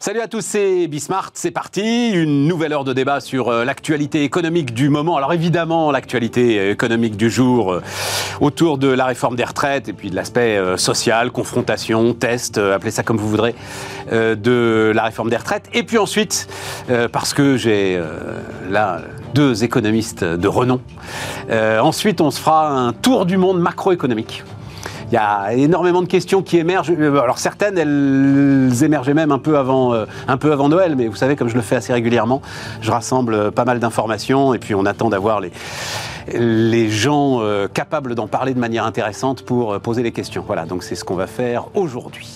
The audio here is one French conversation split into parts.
Salut à tous, c'est Bismart, c'est parti, une nouvelle heure de débat sur l'actualité économique du moment. Alors évidemment, l'actualité économique du jour autour de la réforme des retraites et puis de l'aspect social, confrontation, test, appelez ça comme vous voudrez, de la réforme des retraites. Et puis ensuite, parce que j'ai là deux économistes de renom, ensuite on se fera un tour du monde macroéconomique. Il y a énormément de questions qui émergent. Alors certaines, elles émergeaient même un peu avant Noël, mais vous savez, comme je le fais assez régulièrement, je rassemble pas mal d'informations et puis on attend d'avoir les gens capables d'en parler de manière intéressante pour poser les questions. Voilà, donc c'est ce qu'on va faire aujourd'hui.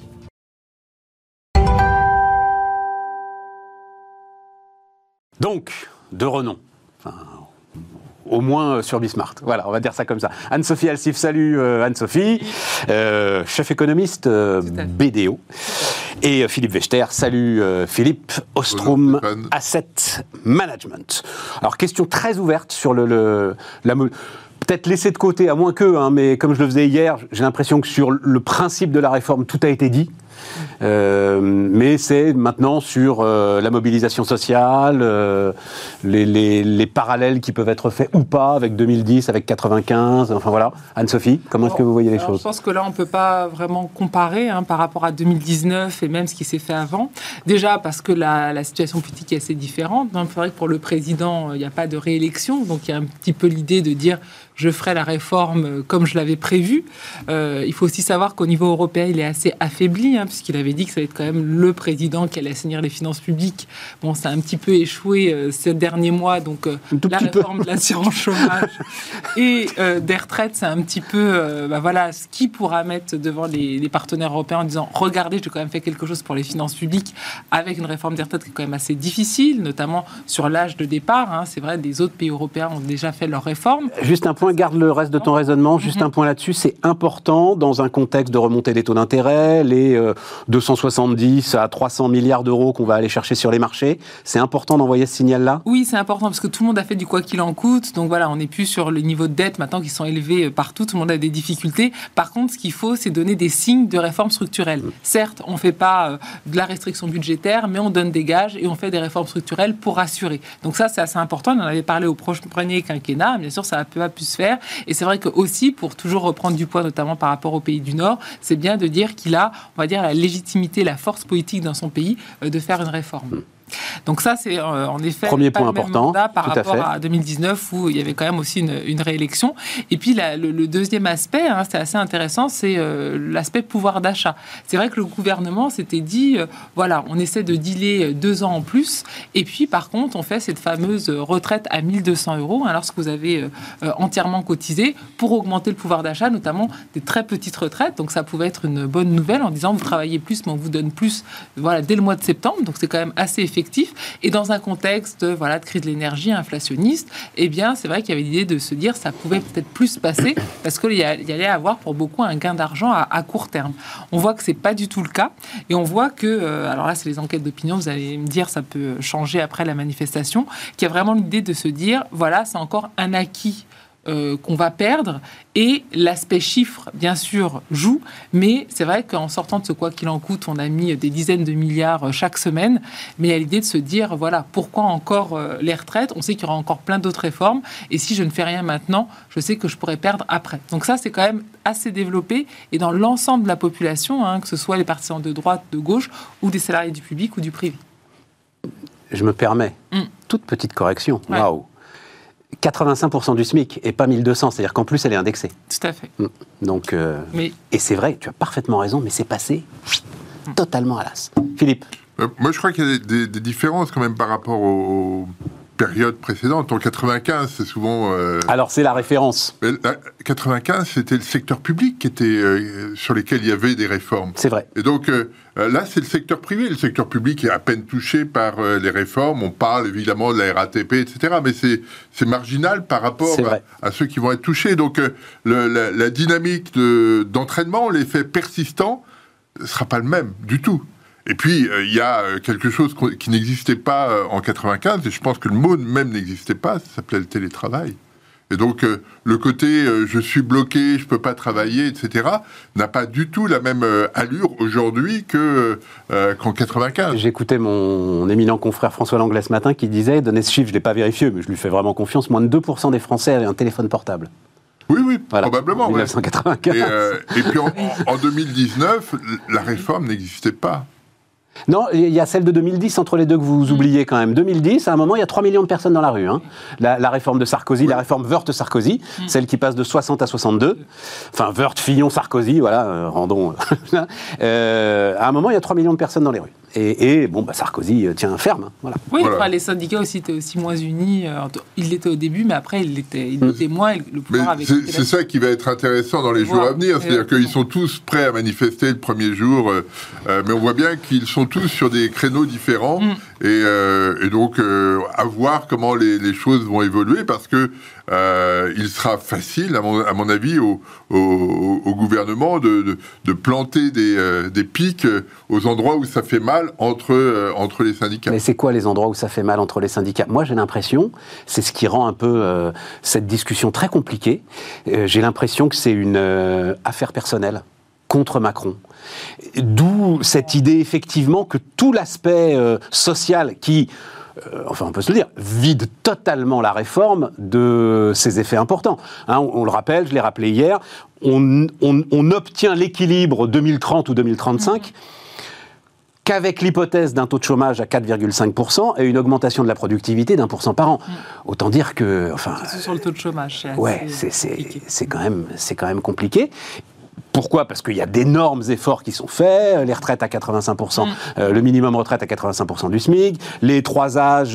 Donc, de renom. Au moins sur Bismart. Voilà, on va dire ça comme ça. Anne-Sophie Alsif, salut Anne-Sophie, chef économiste BDO. Et Philippe Wechter, salut Philippe, Ostrom Asset Management. Alors, question très ouverte sur peut-être laissé de côté, à moins que, mais comme je le faisais hier, j'ai l'impression que sur le principe de la réforme, tout a été dit. Mais c'est maintenant sur la mobilisation sociale, les parallèles qui peuvent être faits ou pas avec 2010, avec 95, enfin voilà. Anne-Sophie, comment est-ce que vous voyez les choses ? Je pense que là, on ne peut pas vraiment comparer par rapport à 2019 et même ce qui s'est fait avant. Déjà parce que la situation politique est assez différente. C'est vrai que pour le président, il n'y a pas de réélection, donc il y a un petit peu l'idée de dire je ferai la réforme comme je l'avais prévu. Il faut aussi savoir qu'au niveau européen, il est assez affaibli, puisqu'il avait dit que ça allait être quand même le président qui allait assainir les finances publiques. Bon, ça a un petit peu échoué ces derniers mois, donc la réforme de l'assurance chômage et des retraites, c'est un petit peu voilà, ce qui pourra mettre devant les partenaires européens en disant regardez, j'ai quand même fait quelque chose pour les finances publiques avec une réforme des retraites qui est quand même assez difficile, notamment sur l'âge de départ. C'est vrai, des autres pays européens ont déjà fait leur réforme. Juste un point, garde le reste de ton raisonnement. Juste un point là-dessus, c'est important dans un contexte de remontée des taux d'intérêt, les 270 à 300 milliards d'euros qu'on va aller chercher sur les marchés. C'est important d'envoyer ce signal-là ? Oui, c'est important parce que tout le monde a fait du quoi qu'il en coûte. Donc voilà, on n'est plus sur les niveaux de dette maintenant qui sont élevés partout. Tout le monde a des difficultés. Par contre, ce qu'il faut, c'est donner des signes de réforme structurelle. Certes, on ne fait pas de la restriction budgétaire, mais on donne des gages et on fait des réformes structurelles pour rassurer. Donc ça, c'est assez important. On en avait parlé au premier quinquennat. Bien sûr, ça n'a pas pu se faire. Et c'est vrai que aussi, pour toujours reprendre du poids, notamment par rapport aux pays du Nord, c'est bien de dire qu'il a, on va dire, la légitimité, la force politique dans son pays de faire une réforme. Donc ça, c'est en effet premier pas point le même important mandat par tout rapport à 2019 où il y avait quand même aussi une réélection. Et puis le deuxième aspect, c'est assez intéressant, c'est l'aspect pouvoir d'achat. C'est vrai que le gouvernement s'était dit, voilà, on essaie de dealer 2 ans en plus, et puis par contre, on fait cette fameuse retraite à 1 200 € lorsque vous avez entièrement cotisé pour augmenter le pouvoir d'achat, notamment des très petites retraites. Donc ça pouvait être une bonne nouvelle en disant, vous travaillez plus, mais on vous donne plus, voilà, dès le mois de septembre. Donc c'est quand même assez effectif. Et dans un contexte de crise de l'énergie inflationniste, eh bien, c'est vrai qu'il y avait l'idée de se dire ça pouvait peut-être plus se passer parce qu'il y allait avoir pour beaucoup un gain d'argent à court terme. On voit que c'est pas du tout le cas et on voit que, alors là, c'est les enquêtes d'opinion, vous allez me dire ça peut changer après la manifestation, qu'il y a vraiment l'idée de se dire voilà, c'est encore un acquis qu'on va perdre et l'aspect chiffre bien sûr joue, mais c'est vrai qu'en sortant de ce quoi qu'il en coûte, on a mis des dizaines de milliards chaque semaine, mais il y a l'idée de se dire voilà, pourquoi encore les retraites, on sait qu'il y aura encore plein d'autres réformes et si je ne fais rien maintenant, je sais que je pourrais perdre après. Donc ça, c'est quand même assez développé et dans l'ensemble de la population, que ce soit les partisans de droite, de gauche ou des salariés du public ou du privé. Je me permets, toute petite correction, waouh. Ouais. 85% du SMIC et pas 1200, c'est-à-dire qu'en plus elle est indexée. Tout à fait. Donc, et c'est vrai, tu as parfaitement raison, mais c'est passé totalement à l'as. Philippe ? Moi je crois qu'il y a des différences quand même par rapport aux périodes précédentes. En 95, c'est souvent... Alors c'est la référence. 95, c'était le secteur public qui était, sur lesquels il y avait des réformes. C'est vrai. Et donc... là, c'est le secteur privé. Le secteur public est à peine touché par les réformes. On parle évidemment de la RATP, etc. Mais c'est marginal par rapport à ceux qui vont être touchés. Donc, la dynamique d'entraînement, l'effet persistant, ne sera pas le même du tout. Et puis, il y a quelque chose qui n'existait pas en 95, et je pense que le mot même n'existait pas, ça s'appelait le télétravail. Et donc, le côté je suis bloqué, je ne peux pas travailler, etc., n'a pas du tout la même allure aujourd'hui qu'en 95. J'écoutais mon éminent confrère François Langlais ce matin qui disait, donner ce chiffre, je ne l'ai pas vérifié, mais je lui fais vraiment confiance, moins de 2% des Français avaient un téléphone portable. Oui, voilà, probablement. En 1995. Et puis en 2019, la réforme n'existait pas. Non, il y a celle de 2010 entre les deux que vous oubliez quand même. 2010, à un moment, il y a 3 millions de personnes dans la rue. Hein. La réforme de Sarkozy, la réforme Wörth-Sarkozy, celle qui passe de 60 à 62. Enfin, Wörth-Fillon-Sarkozy, voilà, rendons. À un moment, il y a 3 millions de personnes dans les rues. Et bon, Sarkozy tient ferme. Voilà. Oui, voilà. Enfin, les syndicats aussi étaient aussi moins unis. Ils l'étaient au début, mais après, ils l'étaient moins. Le pouvoir avait c'est ça qui va être intéressant dans les jours à venir. C'est-à-dire qu'ils sont tous prêts à manifester le premier jour, mais on voit bien qu'ils sont tous sur des créneaux différents. Et donc, à voir comment les choses vont évoluer, parce que il sera facile, à mon avis, au gouvernement de planter des pics aux endroits où ça fait mal entre les syndicats. Mais c'est quoi les endroits où ça fait mal entre les syndicats ? Moi, j'ai l'impression, c'est ce qui rend un peu cette discussion très compliquée, j'ai l'impression que c'est une affaire personnelle contre Macron. D'où cette idée, effectivement, que tout l'aspect social qui... enfin, on peut se le dire, vide totalement la réforme de ses effets importants. Hein, on le rappelle, je l'ai rappelé hier, on obtient l'équilibre 2030 ou 2035 qu'avec l'hypothèse d'un taux de chômage à 4,5% et une augmentation de la productivité d'1% par an. Autant dire que... Enfin, sur le taux de chômage. C'est quand même compliqué. Pourquoi ? Parce qu'il y a d'énormes efforts qui sont faits, les retraites à 85%, le minimum retraite à 85% du SMIC, les 3 âges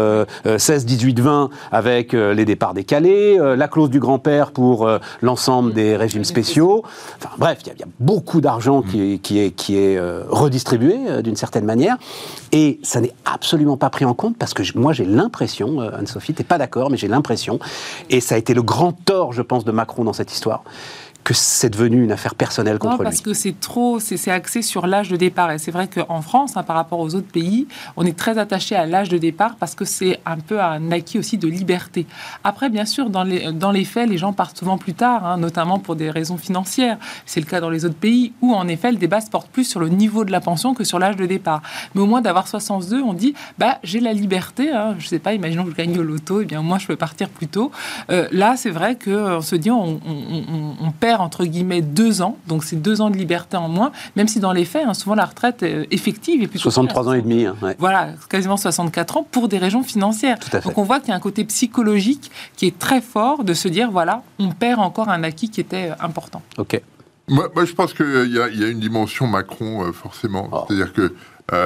16, 18, 20 avec les départs décalés, la clause du grand-père pour l'ensemble des régimes spéciaux. Enfin bref, il y a beaucoup d'argent qui est redistribué d'une certaine manière, et ça n'est absolument pas pris en compte, parce que moi j'ai l'impression, Anne-Sophie, t'es pas d'accord, mais j'ai l'impression, et ça a été le grand tort, je pense, de Macron dans cette histoire, que c'est devenu une affaire personnelle contre lui. Parce que c'est axé sur l'âge de départ. Et c'est vrai qu'en France, par rapport aux autres pays, on est très attaché à l'âge de départ parce que c'est un peu un acquis aussi de liberté. Après, bien sûr, dans les faits, les gens partent souvent plus tard, notamment pour des raisons financières. C'est le cas dans les autres pays où, en effet, le débat se porte plus sur le niveau de la pension que sur l'âge de départ. Mais au moins, d'avoir 62, on dit, j'ai la liberté, je sais pas, imaginons que je gagne au loto, et bien moi, je peux partir plus tôt. Là, c'est vrai qu'on se dit, on perd entre guillemets 2 ans, donc c'est 2 ans de liberté en moins, même si dans les faits, souvent la retraite effective est plutôt 63 ans et demi. Ouais. Voilà, quasiment 64 ans pour des raisons financières. Donc on voit qu'il y a un côté psychologique qui est très fort de se dire, voilà, on perd encore un acquis qui était important. Ok. Moi, je pense qu'il y a une dimension Macron, forcément. Oh. C'est-à-dire que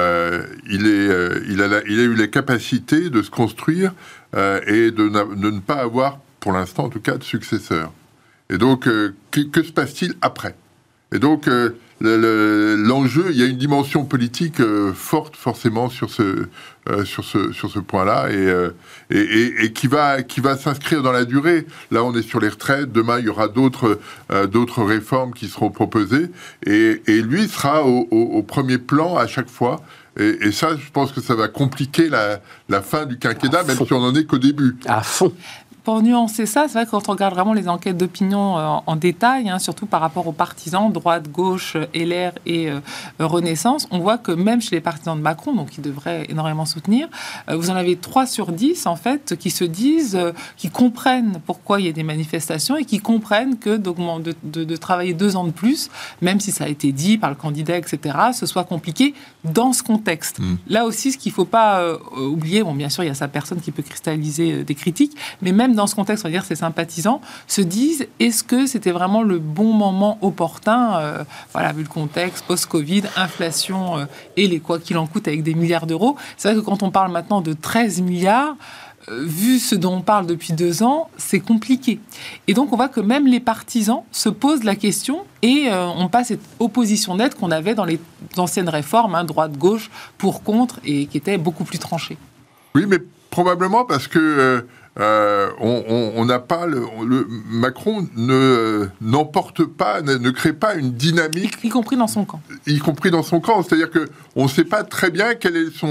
il a eu la capacité de se construire et de ne pas avoir, pour l'instant en tout cas, de successeur. Et donc, que se passe-t-il après ? Et donc, l'enjeu, il y a une dimension politique forte, forcément, sur ce point-là, et qui va s'inscrire dans la durée. Là, on est sur les retraites. Demain, il y aura d'autres réformes qui seront proposées. Et lui sera au premier plan à chaque fois. Et ça, je pense que ça va compliquer la fin du quinquennat, même si on n'en est qu'au début. À fond. Pour nuancer ça, c'est vrai que quand on regarde vraiment les enquêtes d'opinion en détail, surtout par rapport aux partisans, droite, gauche, LR et Renaissance, on voit que même chez les partisans de Macron, donc qui devraient énormément soutenir, vous en avez 3 sur 10, en fait, qui se disent, qui comprennent pourquoi il y a des manifestations et qui comprennent que de travailler 2 ans de plus, même si ça a été dit par le candidat, etc., ce soit compliqué dans ce contexte. Là aussi, ce qu'il ne faut pas oublier, bon, bien sûr, il y a sa personne qui peut cristalliser des critiques, mais même dans ce contexte, on va dire ses sympathisants se disent, est-ce que c'était vraiment le bon moment opportun, voilà, vu le contexte, post-Covid, inflation et les quoi qu'il en coûte avec des milliards d'euros. C'est vrai que quand on parle maintenant de 13 milliards, vu ce dont on parle depuis 2 ans, c'est compliqué. Et donc, on voit que même les partisans se posent la question et on passe cette opposition nette qu'on avait dans les anciennes réformes, droite-gauche, pour, contre, et qui était beaucoup plus tranchée. Oui, mais probablement parce que on n'a pas Macron n'emporte pas, ne crée pas une dynamique, y compris dans son camp. Y compris dans son camp, c'est-à-dire que on ne sait pas très bien quel est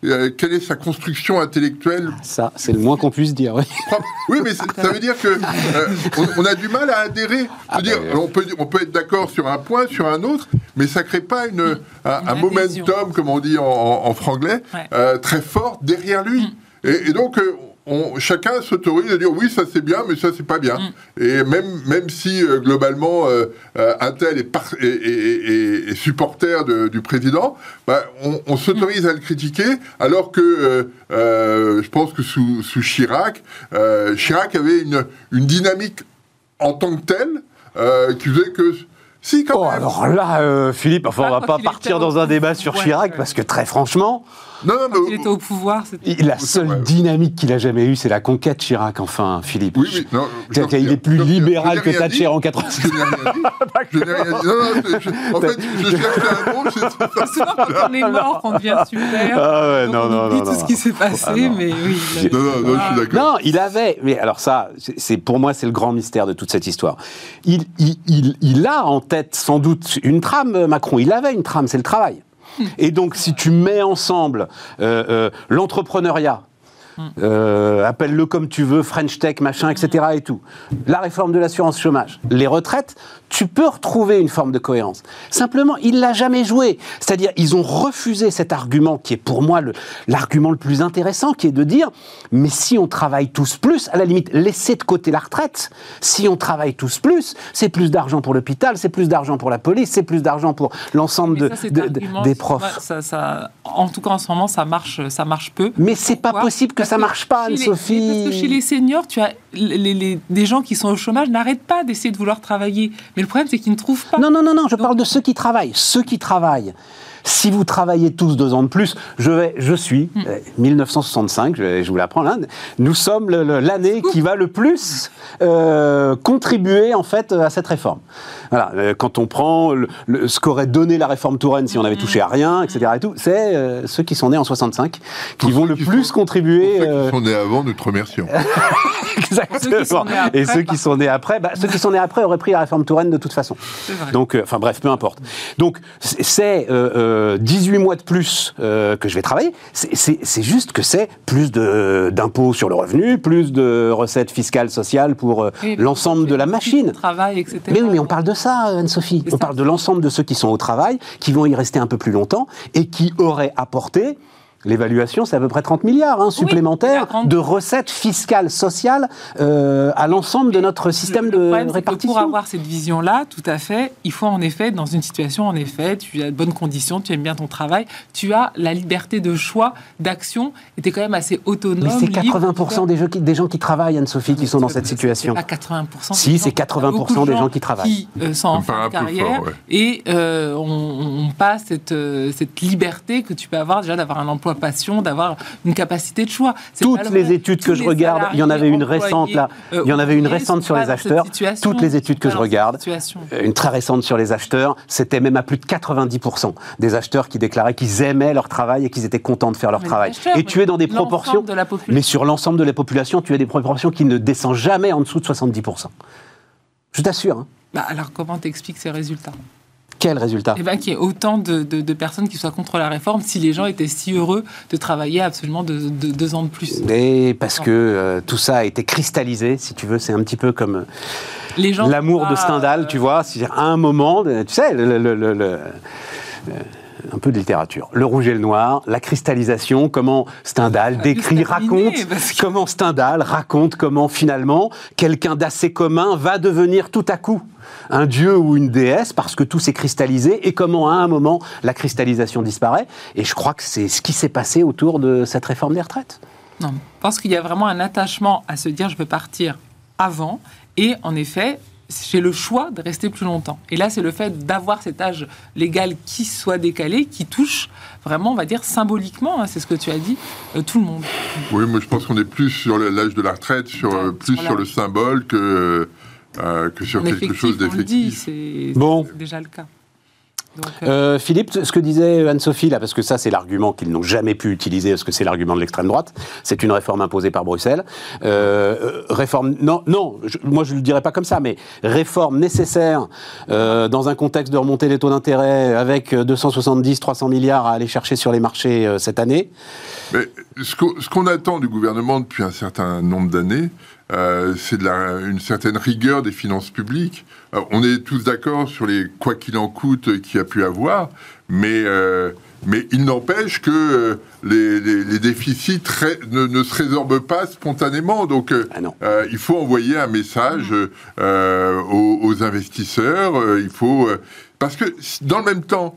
quelle est sa construction intellectuelle. Ça, c'est le moins qu'on puisse dire. Oui, oui, mais ça veut dire que on a du mal à adhérer. On peut être d'accord sur un point, sur un autre, mais ça crée pas un momentum, comme on dit en franglais, très fort derrière lui. Et donc, chacun s'autorise à dire oui, ça c'est bien, mais ça c'est pas bien. Et même si globalement un tel est supporter du président, on s'autorise à le critiquer, alors que je pense que sous Chirac avait une dynamique en tant que telle qui faisait que si, quand même. Alors là, Philippe, on va pas partir dans un débat sur Chirac, parce que très franchement... Non, il était au pouvoir. La seule dynamique qu'il a jamais eue, c'est la conquête Chirac, enfin, Philippe. Oui, non. Il est plus libéral que Thatcher en 86. Je n'ai rien dit. En fait, je cherchais un mot. C'est souvent quand on est mort qu'on devient super. Ah ouais, non. Tout ce qui s'est passé, mais oui. Non, je suis d'accord. Non, il avait... Mais alors ça, pour moi, c'est le grand mystère de toute cette histoire. Il a en tête, sans doute, une trame, Macron. Il avait une trame, c'est le travail. Et donc, si tu mets ensemble l'entrepreneuriat, appelle-le comme tu veux, French Tech, machin, etc. et tout, la réforme de l'assurance chômage, les retraites, tu peux retrouver une forme de cohérence. Simplement, il l'a jamais joué. C'est-à-dire, ils ont refusé cet argument qui est pour moi l'argument le plus intéressant, qui est de dire, mais si on travaille tous plus, à la limite, laissez de côté la retraite. Si on travaille tous plus, c'est plus d'argent pour l'hôpital, c'est plus d'argent pour la police, c'est plus d'argent pour l'ensemble des profs. Ça, en tout cas, en ce moment, ça marche peu. Mais c'est pas possible que ça marche pas, Anne-Sophie. Parce que chez les seniors, tu as des gens qui sont au chômage n'arrêtent pas d'essayer de vouloir travailler. Mais le problème, c'est qu'ils ne trouvent pas. Non, je parle de ceux qui travaillent. Ceux qui travaillent. Si vous travaillez tous 2 ans de plus, je suis 1965, je vous l'apprends là, nous sommes l'année qui va le plus contribuer en fait à cette réforme. Voilà, quand on prend ce qu'aurait donné la réforme Touraine si on avait touché à rien, etc. et tout, c'est ceux qui sont nés en 65 qui vont le plus contribuer. Ceux qui sont nés avant, nous te remercions. Exactement. Et ceux qui sont nés après, ceux qui sont nés après auraient pris la réforme Touraine de toute façon. Donc, enfin bref, peu importe. Donc c'est 18 mois de plus que je vais travailler, c'est juste que c'est plus d'impôts sur le revenu, plus de recettes fiscales, sociales pour l'ensemble de la machine. Travail, etc. Mais oui, mais on parle de ça, Anne-Sophie. On parle de l'ensemble de ceux qui sont au travail, qui vont y rester un peu plus longtemps et qui auraient apporté... L'évaluation, c'est à peu près 30 milliards supplémentaires de recettes fiscales, sociales à l'ensemble de notre système de répartition. Pour avoir cette vision-là, tout à fait, il faut en effet, dans une situation, en effet, tu as de bonnes conditions, tu aimes bien ton travail, tu as la liberté de choix, d'action, et tu es quand même assez autonome. Mais c'est 80% des gens qui travaillent, Anne-Sophie, qui sont dans cette situation. C'est pas 80%. Si, c'est 80% des gens qui travaillent. Qui sont en fin de carrière, et on passe cette liberté que tu peux avoir déjà d'avoir un emploi passion, d'avoir une capacité de choix. Toutes les études que je regarde, il y en avait une récente là, il y en avait une récente sur les acheteurs. Toutes les études que je regarde, une très récente sur les acheteurs, c'était même à plus de 90% des acheteurs qui déclaraient qu'ils aimaient leur travail et qu'ils étaient contents de faire leur travail. Et tu es dans des proportions, mais sur l'ensemble de la population, tu as des proportions qui ne descendent jamais en dessous de 70%. Je t'assure. Alors comment t'expliques ces résultats ? Quel résultat ? Qu'il y ait autant de personnes qui soient contre la réforme si les gens étaient si heureux de travailler absolument 2 ans de plus. Et parce que tout ça a été cristallisé, si tu veux, c'est un petit peu comme l'amour de Stendhal, tu vois. C'est-à-dire, à un moment, tu sais, un peu de littérature. Le rouge et le noir, la cristallisation, comment Stendhal raconte comment finalement quelqu'un d'assez commun va devenir tout à coup un dieu ou une déesse parce que tout s'est cristallisé et comment à un moment la cristallisation disparaît. Et je crois que c'est ce qui s'est passé autour de cette réforme des retraites. Non, je pense qu'il y a vraiment un attachement à se dire je veux partir avant et en effet j'ai le choix de rester plus longtemps. Et là, c'est le fait d'avoir cet âge légal qui soit décalé, qui touche vraiment, on va dire, symboliquement, c'est ce que tu as dit, tout le monde. Oui, moi je pense qu'on est plus sur l'âge de la retraite, sur le symbole que sur quelque chose d'effectif. C'est déjà le cas. Donc, Philippe, ce que disait Anne-Sophie, là, parce que ça, c'est l'argument qu'ils n'ont jamais pu utiliser, parce que c'est l'argument de l'extrême droite, c'est une réforme imposée par Bruxelles. Réforme, moi je ne le dirais pas comme ça, mais réforme nécessaire dans un contexte de remontée des taux d'intérêt avec 270-300 milliards à aller chercher sur les marchés cette année. Mais ce qu'on attend du gouvernement depuis un certain nombre d'années, c'est une certaine rigueur des finances publiques. Alors, on est tous d'accord sur les quoi qu'il en coûte qu'il y a pu avoir, mais il n'empêche que les déficits ne se résorbent pas spontanément. Donc, il faut envoyer un message aux investisseurs. Parce que dans le même temps,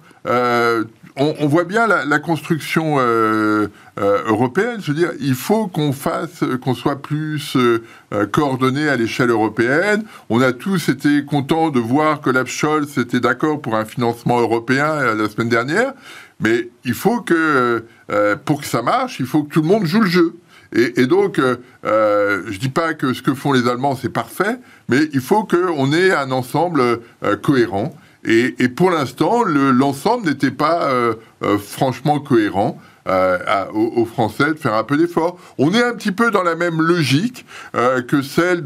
on voit bien la construction européenne. Je veux dire, il faut qu'on soit plus coordonné à l'échelle européenne. On a tous été contents de voir que Olaf Scholz était d'accord pour un financement européen la semaine dernière. Mais il faut que, pour que ça marche, il faut que tout le monde joue le jeu. Et donc, je dis pas que ce que font les Allemands, c'est parfait, mais il faut qu'on ait un ensemble cohérent. Et pour l'instant, l'ensemble n'était pas franchement cohérent. Aux Français de faire un peu d'effort. On est un petit peu dans la même logique que celle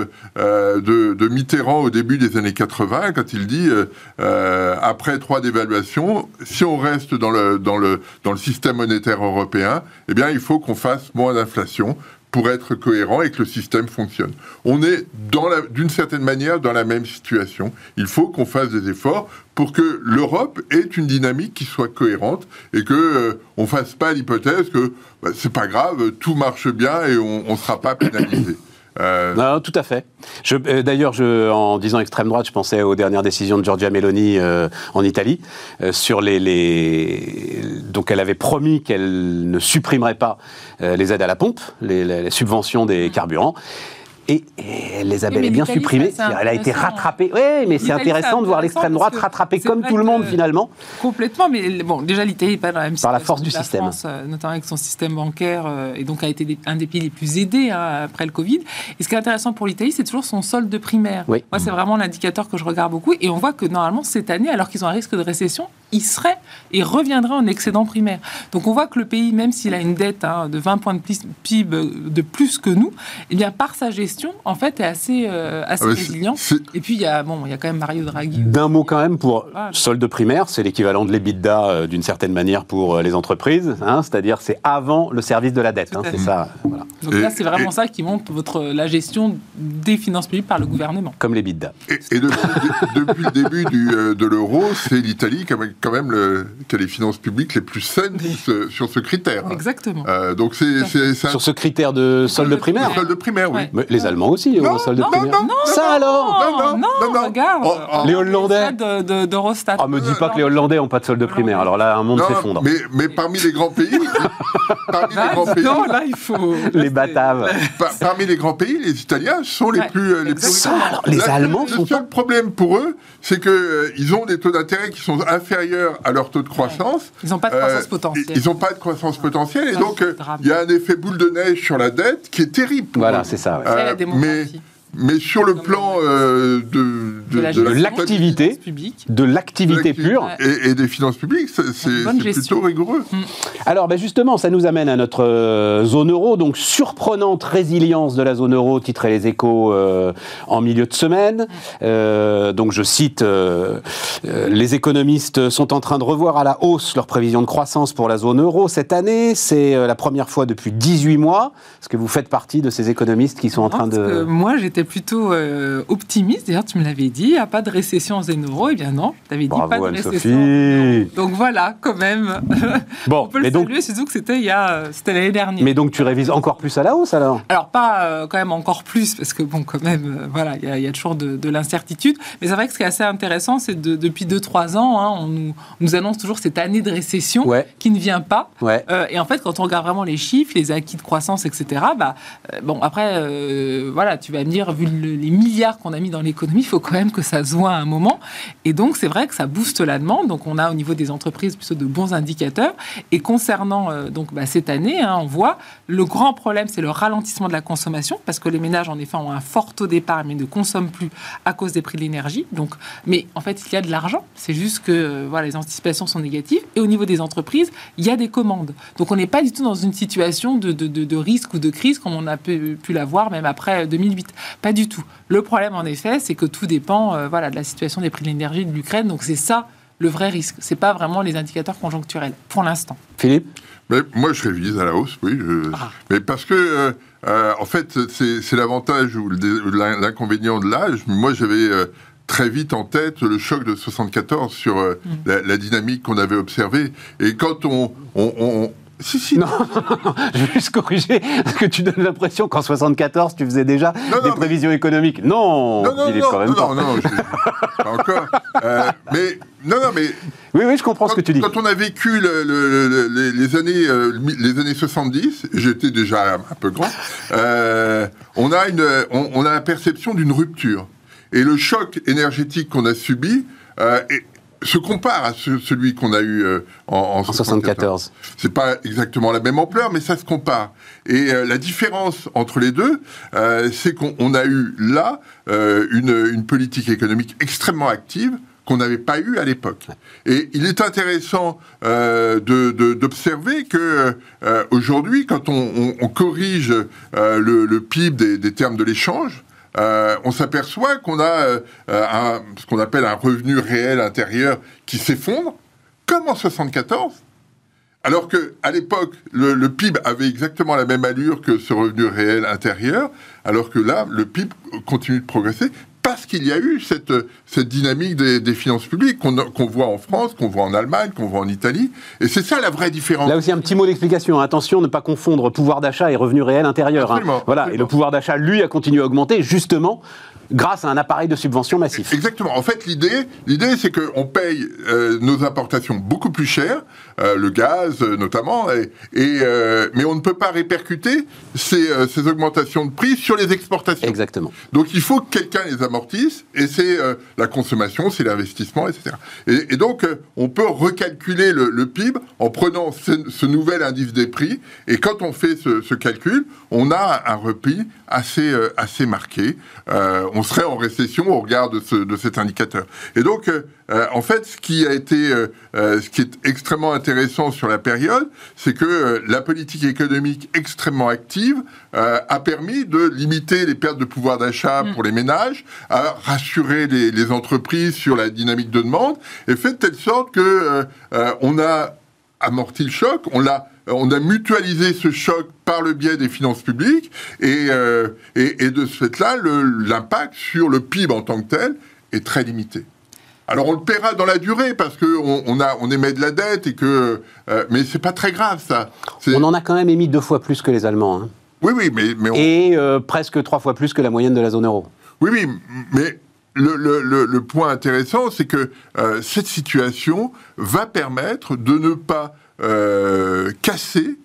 de Mitterrand au début des années 80, quand il dit après 3 dévaluations, si on reste dans le système monétaire européen, eh bien il faut qu'on fasse moins d'inflation pour être cohérent et que le système fonctionne. On est, d'une certaine manière, dans la même situation. Il faut qu'on fasse des efforts pour que l'Europe ait une dynamique qui soit cohérente et que on fasse pas l'hypothèse que c'est pas grave, tout marche bien et on sera pas pénalisé. Non, tout à fait. D'ailleurs, en disant extrême droite, je pensais aux dernières décisions de Giorgia Meloni en Italie sur donc elle avait promis qu'elle ne supprimerait pas les aides à la pompe, les subventions des carburants. Et elle les a bel et bien supprimées. Elle a été rattrapée. Oui, mais c'est intéressant de voir l'extrême droite rattrapée comme tout le monde, finalement. Complètement, mais bon, déjà, l'Italie n'est pas dans la même situation. Par la force du système. France, notamment avec son système bancaire, et donc a été un des pays les plus aidés après le Covid. Et ce qui est intéressant pour l'Italie, c'est toujours son solde primaire. Oui. Moi, c'est vraiment l'indicateur que je regarde beaucoup. Et on voit que, normalement, cette année, alors qu'ils ont un risque de récession, il reviendrait en excédent primaire. Donc, on voit que le pays, même s'il a une dette de 20 points de PIB de plus que nous, eh bien, par sa gestion, en fait, est assez résilient. Et puis, il y a quand même Mario Draghi. D'un mot quand même pour solde primaire, c'est l'équivalent de l'EBITDA d'une certaine manière pour les entreprises, c'est-à-dire c'est avant le service de la dette. C'est ça. Voilà. Donc là, c'est vraiment ça qui montre la gestion des finances publiques par le gouvernement. Comme l'EBITDA. Et depuis le début de l'euro, c'est l'Italie quand même qui a les finances publiques les plus saines sur ce critère. Exactement. Donc sur ce critère de solde primaire. Solde primaire, oui. Mais les Allemands aussi, au solde primaire. Non, ça alors non, regarde. Les Hollandais. d'Eurostat. Me dis pas que les Hollandais n'ont pas de solde primaire. Alors là, un monde s'effondre. Mais parmi les grands pays, non, là, il faut. Les Bataves. Parmi les grands pays, les Italiens sont les plus. Alors, les Allemands sont. Le seul problème pour eux, c'est que ils ont des taux d'intérêt qui sont inférieurs à leur taux de croissance. Ils n'ont pas de croissance potentielle. Ils n'ont pas de croissance potentielle, et donc il y a un effet boule de neige sur la dette qui est terrible. Voilà, c'est ça. Mais sur le plan de l'activité pure et des finances publiques, c'est plutôt rigoureux. Alors justement, ça nous amène à notre zone euro, donc surprenante résilience de la zone euro, titré Les Échos en milieu de semaine. Donc je cite, les économistes sont en train de revoir à la hausse leurs prévisions de croissance pour la zone euro cette année. C'est la première fois depuis 18 mois. Est-ce que vous faites partie de ces économistes qui sont en train de... Moi, j'étais plutôt optimiste. D'ailleurs, tu me l'avais dit, il n'y a pas de récession en zone euro. Eh bien non, tu avais dit bravo, pas de Anne-Sophie. récession. Donc voilà, quand même. Bon, on peut le saluer, surtout que c'était l'année dernière. Mais donc tu révises encore plus à la hausse alors ? Alors pas quand même encore plus, parce que bon, quand même, voilà, il y a toujours de l'incertitude. Mais c'est vrai que ce qui est assez intéressant, c'est depuis 2-3 ans, on nous annonce toujours cette année de récession qui ne vient pas. Ouais. Et en fait, quand on regarde vraiment les chiffres, les acquis de croissance, etc., bon, après, voilà, tu vas me dire, dire, vu les milliards qu'on a mis dans l'économie, il faut quand même que ça se voit à un moment. Et donc, c'est vrai que ça booste la demande. Donc, on a au niveau des entreprises plutôt de bons indicateurs. Et concernant cette année, on voit le grand problème, c'est le ralentissement de la consommation, parce que les ménages, en effet, ont un fort taux d'épargne, mais ne consomment plus à cause des prix de l'énergie. Donc, mais en fait, il y a de l'argent. C'est juste que les anticipations sont négatives. Et au niveau des entreprises, il y a des commandes. Donc, on n'est pas du tout dans une situation de risque ou de crise comme on a pu la voir même après 2008. Pas du tout. Le problème, en effet, c'est que tout dépend de la situation des prix de l'énergie de l'Ukraine. Donc, c'est ça le vrai risque. C'est pas vraiment les indicateurs conjoncturels, pour l'instant. Philippe ? Mais moi, je révise à la hausse, oui. Mais parce que, en fait, c'est l'avantage ou l'inconvénient de l'âge. Moi, j'avais très vite en tête le choc de 74 sur la dynamique qu'on avait observée. Et quand Si. Non, je vais juste corriger, parce que tu donnes l'impression qu'en 74, tu faisais déjà des prévisions économiques. Non, Philippe, quand même pas. Non, pas encore. Mais... Oui, je comprends ce que tu dis. Quand on a vécu les années 70, j'étais déjà un peu grand, on a la perception d'une rupture. Et le choc énergétique qu'on a subi se compare à celui qu'on a eu en 74. C'est pas exactement la même ampleur, mais ça se compare. Et la différence entre les deux, c'est qu'on a eu là une politique économique extrêmement active qu'on n'avait pas eu à l'époque. Et il est intéressant d'observer que aujourd'hui, quand on corrige le PIB des termes de l'échange, on s'aperçoit qu'on a ce qu'on appelle un revenu réel intérieur qui s'effondre, comme en 74, alors qu'à l'époque, le PIB avait exactement la même allure que ce revenu réel intérieur, alors que là, le PIB continue de progresser, parce qu'il y a eu cette dynamique des finances publiques qu'on voit en France, qu'on voit en Allemagne, qu'on voit en Italie. Et c'est ça la vraie différence. Là aussi, un petit mot d'explication. Attention, ne pas confondre pouvoir d'achat et revenu réel intérieur. Absolument, voilà. absolument. Et le pouvoir d'achat, lui, a continué à augmenter, justement, grâce à un appareil de subvention massif. Exactement. En fait, l'idée, c'est qu'on paye nos importations beaucoup plus cher, le gaz notamment, mais on ne peut pas répercuter ces augmentations de prix sur les exportations. Exactement. Donc il faut que quelqu'un les amortisse, et c'est la consommation, c'est l'investissement, etc. Et donc on peut recalculer le PIB en prenant ce nouvel indice des prix, et quand on fait ce calcul, on a un repli assez marqué. On serait en récession au regard de cet indicateur. Et donc, en fait, ce qui est extrêmement intéressant sur la période, c'est que la politique économique extrêmement active a permis de limiter les pertes de pouvoir d'achat pour les ménages, à rassurer les entreprises sur la dynamique de demande, et fait de telle sorte que on a amorti le choc, on a mutualisé ce choc par le biais des finances publiques, et de ce fait-là, l'impact sur le PIB en tant que tel est très limité. Alors on le paiera dans la durée parce on émet de la dette mais c'est pas très grave ça. On en a quand même émis 2 fois plus que les Allemands. Hein. Oui, mais et presque 3 fois plus que la moyenne de la zone euro. Oui, mais le point intéressant, c'est que cette situation va permettre de ne pas casser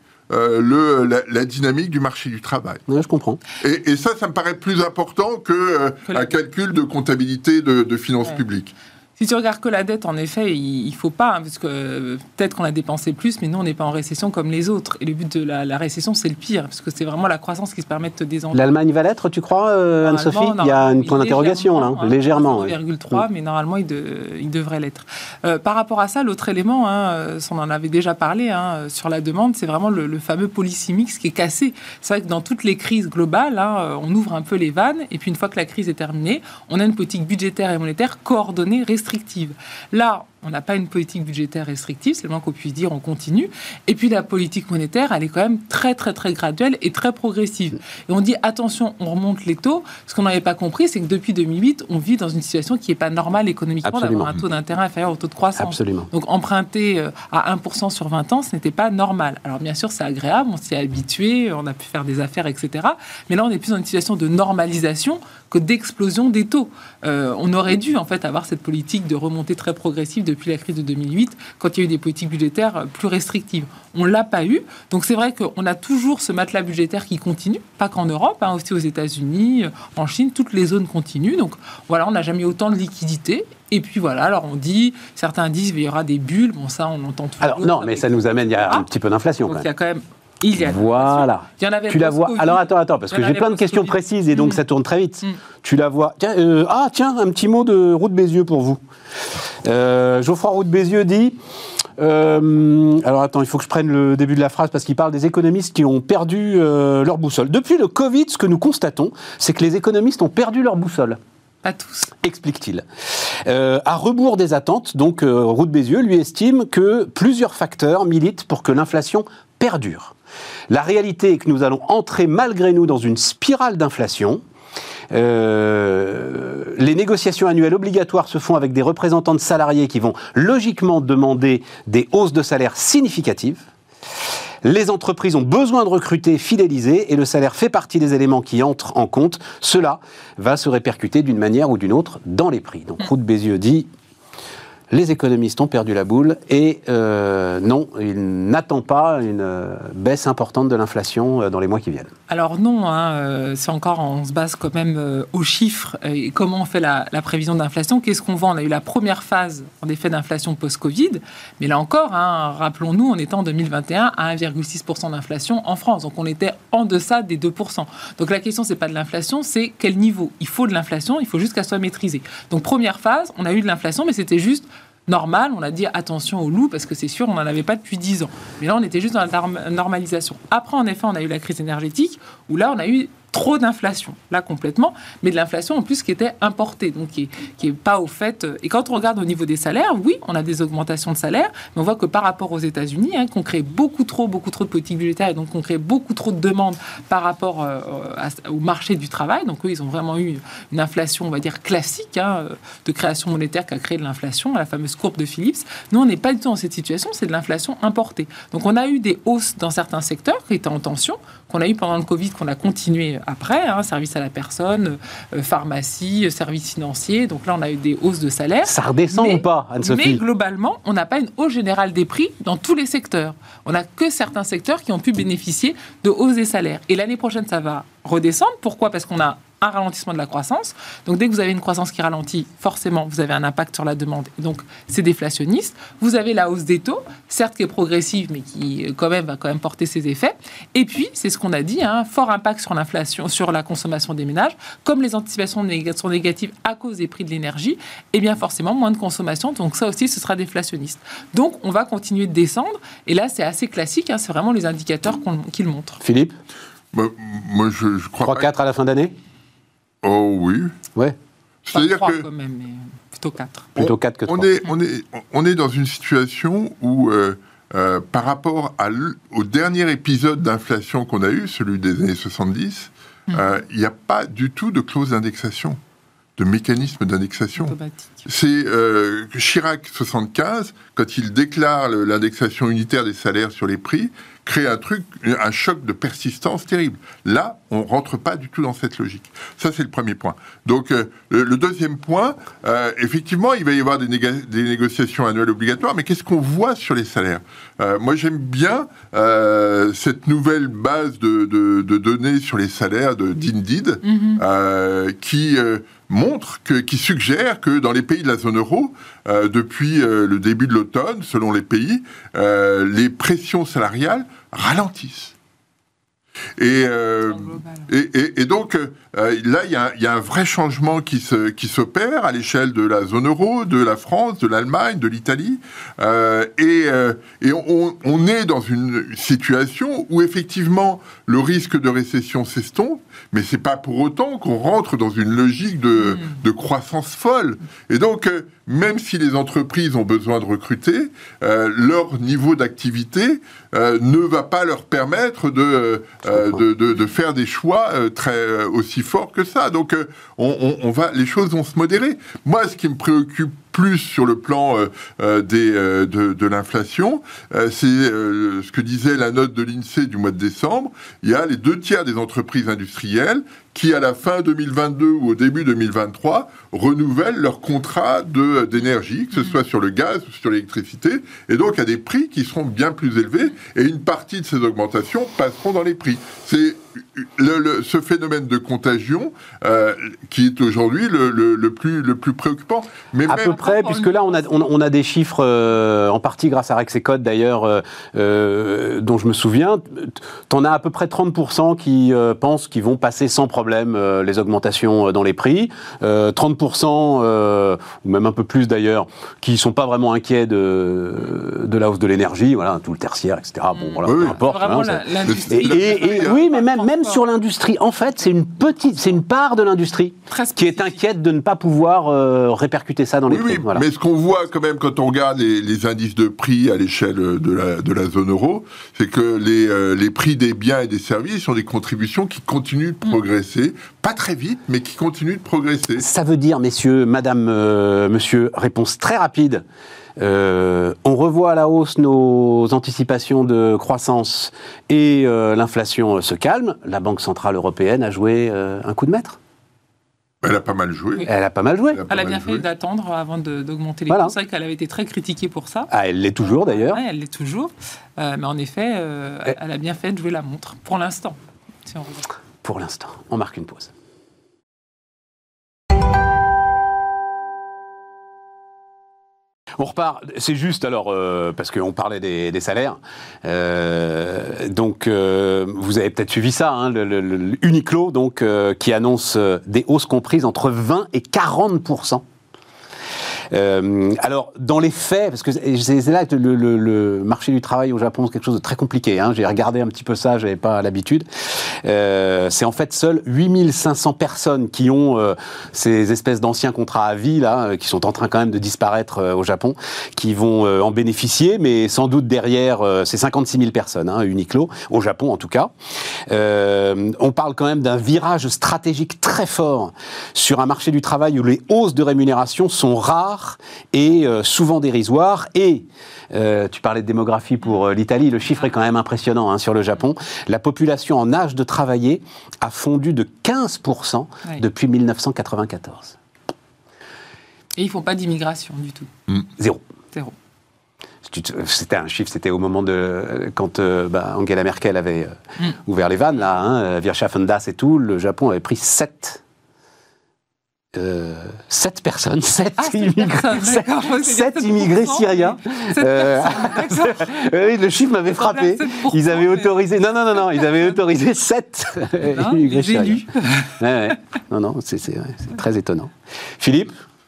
la dynamique du marché du travail. Oui, je comprends. Et ça me paraît plus important qu'un calcul de comptabilité de finances publiques. Si tu regardes que la dette, en effet, il ne faut pas, parce que peut-être qu'on a dépensé plus, mais nous, on n'est pas en récession comme les autres. Et le but de la récession, c'est le pire, parce que c'est vraiment la croissance qui se permet de te désendetter. L'Allemagne va l'être, tu crois, Anne-Sophie ? Il y a un point d'interrogation, là, légèrement. 0,3, mais normalement, il devrait l'être. Par rapport à ça, l'autre élément, on en avait déjà parlé, sur la demande, c'est vraiment le fameux policy mix qui est cassé. C'est vrai que dans toutes les crises globales, on ouvre un peu les vannes, et puis une fois que la crise est terminée, on a une politique budgétaire et monétaire coordonnée, restrictive. Là, on n'a pas une politique budgétaire restrictive, c'est le moins qu'on puisse dire, on continue. Et puis la politique monétaire, elle est quand même très, très, très graduelle et très progressive. Et on dit, attention, on remonte les taux. Ce qu'on n'avait pas compris, c'est que depuis 2008, on vit dans une situation qui n'est pas normale économiquement, d'avoir un taux d'intérêt inférieur au taux de croissance. Absolument. Donc emprunter à 1% sur 20 ans, ce n'était pas normal. Alors bien sûr, c'est agréable, on s'y est habitué, on a pu faire des affaires, etc. Mais là, on est plus dans une situation de normalisation que d'explosion des taux. On aurait dû, en fait, avoir cette politique de remontée très progressive de depuis la crise de 2008, quand il y a eu des politiques budgétaires plus restrictives. On ne l'a pas eu. Donc c'est vrai qu'on a toujours ce matelas budgétaire qui continue, pas qu'en Europe, aussi aux États-Unis, en Chine, toutes les zones continuent. Donc voilà, on n'a jamais eu autant de liquidités. Et puis voilà, alors certains disent qu'il y aura des bulles. Bon, ça, on l'entend toujours. Alors non, mais ça nous amène, il y a un petit peu d'inflation. Donc il y a quand même... Voilà. Il y en avait tu la vois. Alors attends, parce que j'ai plein de questions précises et donc ça tourne très vite. Tu la vois. Tiens, un petit mot de Roux de Bézieux pour vous. Geoffroy Roux de Bézieux dit. Alors attends, il faut que je prenne le début de la phrase parce qu'il parle des économistes qui ont perdu leur boussole. Depuis le Covid, ce que nous constatons, c'est que les économistes ont perdu leur boussole. Pas tous. Explique-t-il. À rebours des attentes, donc Roux de Bézieux lui estime que plusieurs facteurs militent pour que l'inflation perdure. La réalité est que nous allons entrer malgré nous dans une spirale d'inflation. Les négociations annuelles obligatoires se font avec des représentants de salariés qui vont logiquement demander des hausses de salaire significatives. Les entreprises ont besoin de recruter, fidéliser, et le salaire fait partie des éléments qui entrent en compte. Cela va se répercuter d'une manière ou d'une autre dans les prix. Donc Roux de Bézieux dit... Les économistes ont perdu la boule et non, il n'attend pas une baisse importante de l'inflation dans les mois qui viennent. Alors non, c'est encore, on se base quand même aux chiffres et comment on fait la prévision d'inflation. Qu'est-ce qu'on voit ? On a eu la première phase en effet d'inflation post-Covid, mais là encore, rappelons-nous, on était en 2021 à 1,6% d'inflation en France, donc on était en deçà des 2%. Donc la question, c'est pas de l'inflation, c'est quel niveau ? Il faut de l'inflation, il faut juste qu'elle soit maîtrisée. Donc première phase, on a eu de l'inflation, mais c'était juste normal, on a dit attention au loup parce que c'est sûr, on n'en avait pas depuis 10 ans. Mais là, on était juste dans la normalisation. Après, en effet, on a eu la crise énergétique où là, on a eu trop d'inflation, là complètement, mais de l'inflation en plus qui était importée, donc qui est pas au fait. Et quand on regarde au niveau des salaires, oui, on a des augmentations de salaires, mais on voit que par rapport aux États-Unis, qu'on crée beaucoup trop de politiques budgétaires et donc qu'on crée beaucoup trop de demandes par rapport au marché du travail. Donc eux, ils ont vraiment eu une inflation, on va dire classique, de création monétaire qui a créé de l'inflation, la fameuse courbe de Phillips. Nous, on n'est pas du tout dans cette situation, c'est de l'inflation importée. Donc on a eu des hausses dans certains secteurs qui étaient en tension, qu'on a eu pendant le Covid, qu'on a continué après, service à la personne, pharmacie, services financiers. Donc là, on a eu des hausses de salaire. Ça redescend ou pas, Anne-Sophie ? Mais globalement, on n'a pas une hausse générale des prix dans tous les secteurs. On n'a que certains secteurs qui ont pu bénéficier de hausses des salaires. Et l'année prochaine, ça va redescendre. Pourquoi ? Parce qu'on a un ralentissement de la croissance. Donc, dès que vous avez une croissance qui ralentit, forcément, vous avez un impact sur la demande. Et donc, c'est déflationniste. Vous avez la hausse des taux, certes qui est progressive, mais qui va quand même porter ses effets. Et puis, c'est ce qu'on a dit, fort impact sur l'inflation, sur la consommation des ménages. Comme les anticipations sont négatives à cause des prix de l'énergie, et bien forcément, moins de consommation. Donc, ça aussi, ce sera déflationniste. Donc, on va continuer de descendre. Et là, c'est assez classique. C'est vraiment les indicateurs qui le montrent. Philippe ? Moi, je crois 3-4 à la fin d'année ? Oh oui. Ouais. C'est-à-dire que quand même, mais plutôt 4. Plutôt 4 que 3. On est dans une situation où, par rapport au dernier épisode d'inflation qu'on a eu, celui des années 70, il n'y a pas du tout de clause d'indexation, de mécanisme d'indexation. Automatique. C'est Chirac 75, quand il déclare l'indexation unitaire des salaires sur les prix, crée un choc de persistance terrible. Là, on ne rentre pas du tout dans cette logique. Ça, c'est le premier point. Donc, le deuxième point, effectivement, il va y avoir des négociations annuelles obligatoires, mais qu'est-ce qu'on voit sur les salaires ? Moi, j'aime bien cette nouvelle base de données sur les salaires d'Indeed, qui qui suggère que dans les pays de la zone euro, depuis le début de l'automne, selon les pays, les pressions salariales ralentissent. Et donc, là, il y a un vrai changement qui s'opère à l'échelle de la zone euro, de la France, de l'Allemagne, de l'Italie. Et on est dans une situation où, effectivement, le risque de récession s'estompe, mais c'est pas pour autant qu'on rentre dans une logique de croissance folle. Et donc, même si les entreprises ont besoin de recruter, leur niveau d'activité ne va pas leur permettre de faire des choix aussi forts que ça. Donc, les choses vont se modérer. Moi, ce qui me préoccupe plus sur le plan de l'inflation. C'est ce que disait la note de l'INSEE du mois de décembre. Il y a les 2/3 des entreprises industrielles qui, à la fin 2022 ou au début 2023, renouvellent leur contrat d'énergie, que ce soit sur le gaz ou sur l'électricité, et donc à des prix qui seront bien plus élevés, et une partie de ces augmentations passeront dans les prix. C'est ce phénomène de contagion qui est aujourd'hui le plus préoccupant. Mais à peu près, puisque là, on a des chiffres, en partie grâce à Rexecode d'ailleurs, dont je me souviens, t'en as à peu près 30% qui pensent qu'ils vont passer sans problème les augmentations dans les prix, 30%, ou même un peu plus d'ailleurs, qui ne sont pas vraiment inquiets de la hausse de l'énergie, voilà, tout le tertiaire, etc. Bon, voilà, peu importe. Oui, mais même sur l'industrie, en fait, c'est une part de l'industrie qui est inquiète de ne pas pouvoir répercuter ça dans les prix. Voilà. Mais ce qu'on voit quand même quand on regarde les indices de prix à l'échelle de la zone euro, c'est que les prix des biens et des services ont des contributions qui continuent de progresser, pas très vite, mais qui continuent de progresser. Ça veut dire, messieurs, madame, monsieur, réponse très rapide. On revoit à la hausse nos anticipations de croissance et l'inflation se calme. La Banque Centrale Européenne a joué un coup de maître. Elle a pas mal joué. Elle a pas mal joué. Elle a bien fait d'attendre avant d'augmenter les prix. C'est vrai qu'elle avait été très critiquée pour ça. Ah, elle l'est toujours d'ailleurs. Ouais, elle l'est toujours. Mais en effet, elle a bien fait de jouer la montre, pour l'instant. Si on regarde. Pour l'instant. On marque une pause. On repart, c'est juste alors, parce qu'on parlait des salaires, donc vous avez peut-être suivi ça, hein, le Uniqlo donc, qui annonce des hausses comprises entre 20 et 40%. Alors, dans les faits, parce que c'est là que le marché du travail au Japon, c'est quelque chose de très compliqué. Hein. J'ai regardé un petit peu ça, j'avais pas l'habitude. C'est en fait seules 8500 personnes qui ont ces espèces d'anciens contrats à vie, là, qui sont en train quand même de disparaître au Japon, qui vont en bénéficier, mais sans doute derrière, c'est 56 000 personnes, hein, Uniqlo, au Japon en tout cas. On parle quand même d'un virage stratégique très fort sur un marché du travail où les hausses de rémunération sont rares et souvent dérisoires. Et tu parlais de démographie pour l'Italie, le chiffre est quand même impressionnant, hein, sur le Japon. La population en âge de travailler a fondu de 15% depuis 1994. Et ils ne font pas d'immigration du tout. Zéro. C'était un chiffre, c'était au moment quand Angela Merkel avait ouvert les vannes, là, hein, Wirtschaften das et tout, le Japon avait pris 7 personnes, 7 immigrés syriens. Oui, le chiffre m'avait frappé. Ils avaient autorisé. Non, ils avaient autorisé 7 immigrés syriens. Non, c'est très étonnant. Philippe ?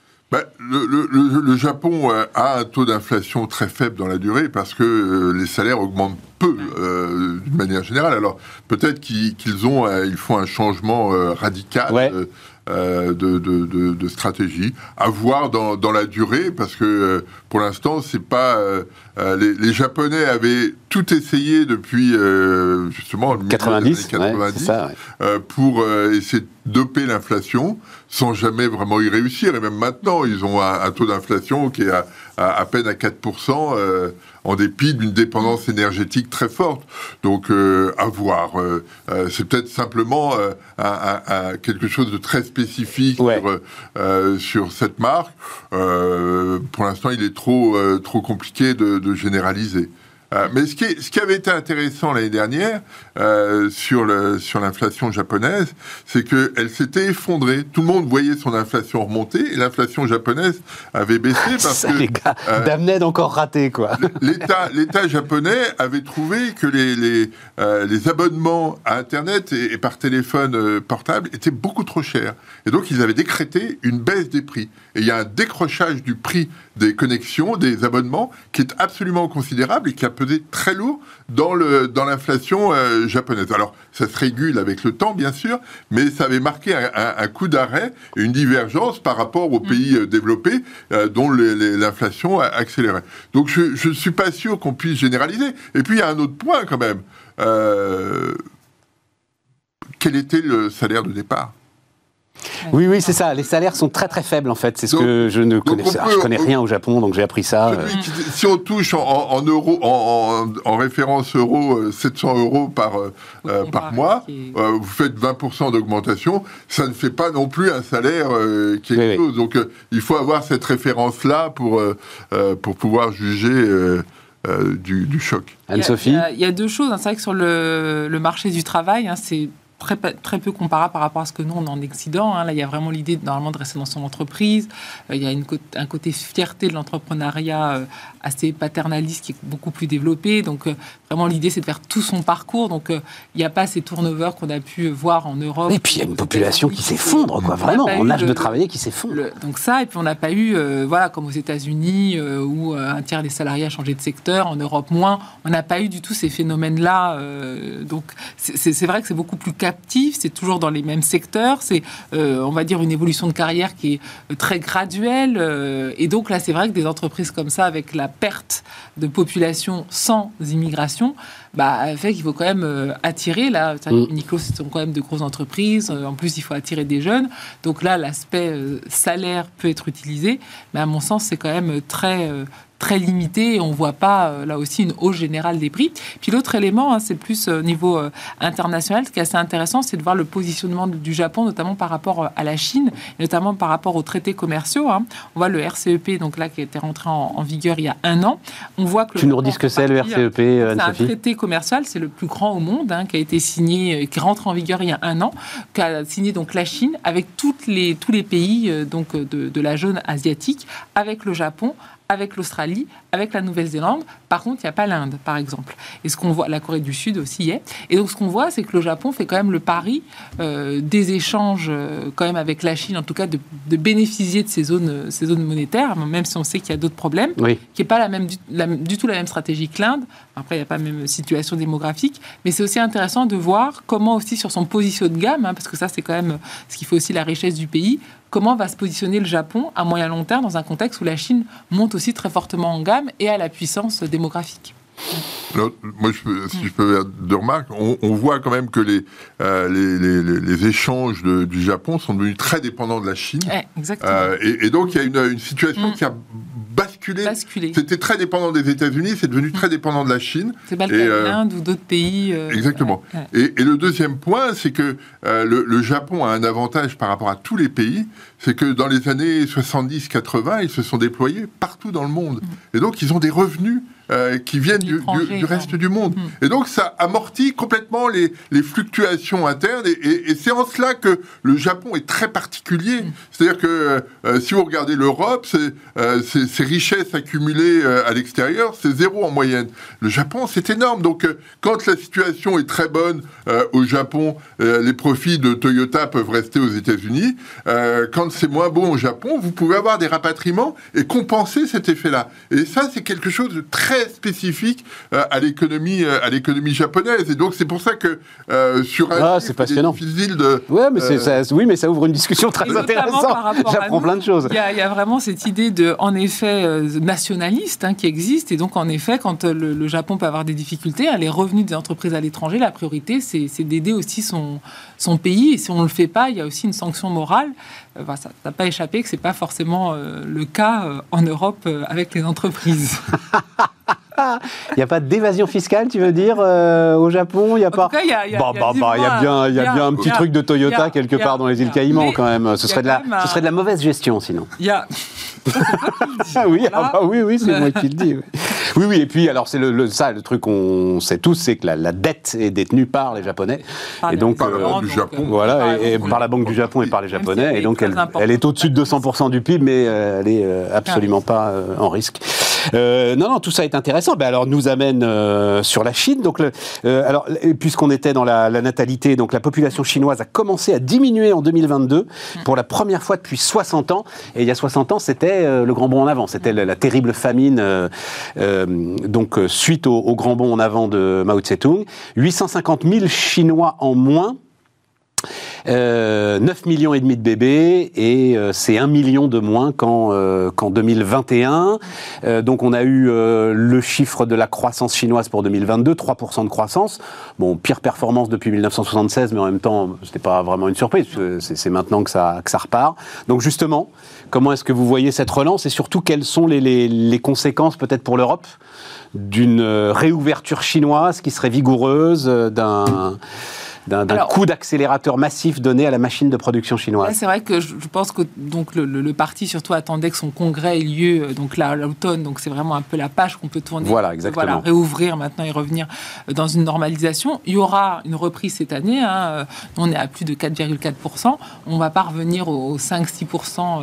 Le Japon a un taux d'inflation très faible dans la durée parce que les salaires augmentent peu d'une manière générale. Alors peut-être qu'ils font un changement radical de stratégie à voir dans la durée, parce que pour l'instant c'est pas les Japonais avaient tout essayé depuis justement le 90, 90 pour essayer de doper l'inflation sans jamais vraiment y réussir, et même maintenant ils ont un taux d'inflation qui est à peine à 4%, en dépit d'une dépendance énergétique très forte. Donc, à voir. C'est peut-être simplement quelque chose de très spécifique sur cette marque. Pour l'instant, il est trop compliqué de généraliser. Mais ce qui avait été intéressant l'année dernière sur l'inflation japonaise, c'est qu'elle s'était effondrée. Tout le monde voyait son inflation remonter et l'inflation japonaise avait baissé parce que les gars, Damned encore raté, quoi. L'État japonais avait trouvé que les abonnements à Internet et par téléphone portable étaient beaucoup trop chers. Et donc, ils avaient décrété une baisse des prix. Et il y a un décrochage du prix des connexions, des abonnements, qui est absolument considérable et qui a pesé très lourd dans l'inflation japonaise. Alors, ça se régule avec le temps, bien sûr, mais ça avait marqué un coup d'arrêt et une divergence par rapport aux pays développés dont l'inflation accélérait. Donc, je ne suis pas sûr qu'on puisse généraliser. Et puis, il y a un autre point, quand même. Quel était le salaire de départ ? Oui, c'est ça. Les salaires sont très très faibles en fait. C'est ce que je ne connais. Je connais rien au Japon, donc j'ai appris ça. Si on touche en euros, en référence euro, 700 euros par mois, vous faites 20% d'augmentation. Ça ne fait pas non plus un salaire qui explose. Donc il faut avoir cette référence-là pour pouvoir juger. Du choc. Anne-Sophie ? Il y a deux choses. C'est vrai que sur le marché du travail, c'est très peu comparable par rapport à ce que nous, on a en Occident. Là, il y a vraiment l'idée, normalement, de rester dans son entreprise. Il y a un côté fierté de l'entrepreneuriat assez paternaliste qui est beaucoup plus développé. Donc, vraiment, l'idée, c'est de faire tout son parcours. Donc, il n'y a pas ces turnovers qu'on a pu voir en Europe. Et puis, il y a une population qui s'effondre, quoi, vraiment, en âge de travailler qui s'effondre. Donc ça, et puis on n'a pas eu, comme aux États-Unis, où un tiers des salariés a changé de secteur, en Europe moins, on n'a pas eu du tout ces phénomènes-là. Donc, c'est vrai que c'est beaucoup plus captif, c'est toujours dans les mêmes secteurs, c'est, on va dire, une évolution de carrière qui est très graduelle. Et donc là, c'est vrai que des entreprises comme ça, avec la perte de population sans immigration, fait qu'il faut quand même attirer. Là, Uniqlo, ce sont quand même de grosses entreprises. En plus, il faut attirer des jeunes. Donc là, l'aspect salaire peut être utilisé. Mais à mon sens, c'est quand même très limité et on ne voit pas, là aussi, une hausse générale des prix. Puis l'autre élément, c'est plus au niveau international. Ce qui est assez intéressant, c'est de voir le positionnement du Japon, notamment par rapport à la Chine, et notamment par rapport aux traités commerciaux. On voit le RCEP, donc là, qui a été rentré en vigueur il y a 1 an. On voit que tu nous redis ce que c'est, le RCEP, Anne-Sophie ? C'est un traité commercial, c'est le plus grand au monde, qui a été signé, qui rentre en vigueur il y a 1 an, qu'a signé donc la Chine, avec tous les pays donc, de la zone asiatique, avec le Japon, avec l'Australie, avec la Nouvelle-Zélande. Par contre, il n'y a pas l'Inde, par exemple. Et ce qu'on voit, la Corée du Sud aussi y est. Et donc, ce qu'on voit, c'est que le Japon fait quand même le pari des échanges quand même avec la Chine, en tout cas de bénéficier de ces zones monétaires, même si on sait qu'il y a d'autres problèmes, qui n'est pas du tout la même stratégie que l'Inde. Après, il n'y a pas la même situation démographique. Mais c'est aussi intéressant de voir comment aussi sur son position de gamme, parce que ça, c'est quand même ce qui fait aussi la richesse du pays, comment va se positionner le Japon à moyen long terme dans un contexte où la Chine monte aussi très fortement en gamme et à la puissance démographique. Alors, moi, si je peux faire 2 remarques, on voit quand même que les échanges du Japon sont devenus très dépendants de la Chine. Exactement. Et donc, il y a une situation qui a basculé. C'était très dépendant des États-Unis, c'est devenu très dépendant de la Chine. C'est pas le cas de l'Inde ou d'autres pays. Exactement. Et le deuxième point, c'est que le Japon a un avantage par rapport à tous les pays, c'est que dans les années 70-80, ils se sont déployés partout dans le monde. Et donc, ils ont des revenus qui viennent du reste du monde. Et donc, ça amortit complètement les fluctuations internes. Et c'est en cela que le Japon est très particulier. C'est-à-dire que si vous regardez l'Europe, ces richesses accumulées à l'extérieur, c'est 0 en moyenne. Le Japon, c'est énorme. Donc, quand la situation est très bonne au Japon, les profits de Toyota peuvent rester aux États-Unis. Quand c'est moins bon au Japon, vous pouvez avoir des rapatriements et compenser cet effet-là. Et ça, c'est quelque chose de très spécifique à l'économie japonaise. Et donc, c'est pour ça que sur un c'est passionnant. Difficile de... Oui, mais ça ouvre une discussion très intéressante. J'apprends plein de choses. Il y a vraiment cette idée en effet, nationaliste qui existe. Et donc, en effet, quand le Japon peut avoir des difficultés, les revenus des entreprises à l'étranger, la priorité, c'est d'aider aussi son pays. Et si on ne le fait pas, il y a aussi une sanction morale. Ça n'a pas échappé que ce n'est pas forcément le cas en Europe avec les entreprises. Il n'y a pas d'évasion fiscale, tu veux dire, au Japon? Il y a pas. Il y a bien un petit truc de Toyota quelque part dans les îles Caïmans quand même. Ce serait de la mauvaise gestion sinon. Oui, c'est moi qui le dis. Oui, et puis alors c'est le truc qu'on sait tous, c'est que la dette est détenue par les Japonais et donc par la Banque du Japon. Voilà, et par la Banque du Japon et par les Japonais, et donc elle est au-dessus de 200% du PIB, mais elle est absolument pas en risque. Non, tout ça est intéressant. Alors nous amène sur la Chine. Donc puisqu'on était dans la natalité, donc la population chinoise a commencé à diminuer en 2022 pour la première fois depuis 60 ans. Et il y a 60 ans, c'était le grand bond en avant. C'était la terrible famine. Donc suite au grand bond en avant de Mao Tse-tung, 850 000 Chinois en moins. 9,5 millions de bébés, et c'est 1 million de moins qu'en 2021. Donc on a eu le chiffre de la croissance chinoise pour 2022, 3% de croissance. Bon, pire performance depuis 1976, mais en même temps, c'était pas vraiment une surprise, c'est maintenant que ça repart. Donc justement, comment est-ce que vous voyez cette relance, et surtout quelles sont les conséquences peut-être pour l'Europe d'une réouverture chinoise qui serait vigoureuse, d'un coup d'accélérateur massif donné à la machine de production chinoise? Là, c'est vrai que je pense que donc, le parti surtout attendait que son congrès ait lieu donc là, à l'automne, donc c'est vraiment un peu la page qu'on peut tourner. Voilà, exactement. Voilà, réouvrir maintenant et revenir dans une normalisation. Il y aura une reprise cette année, hein, on est à plus de 4,4%, on va pas revenir aux 5-6%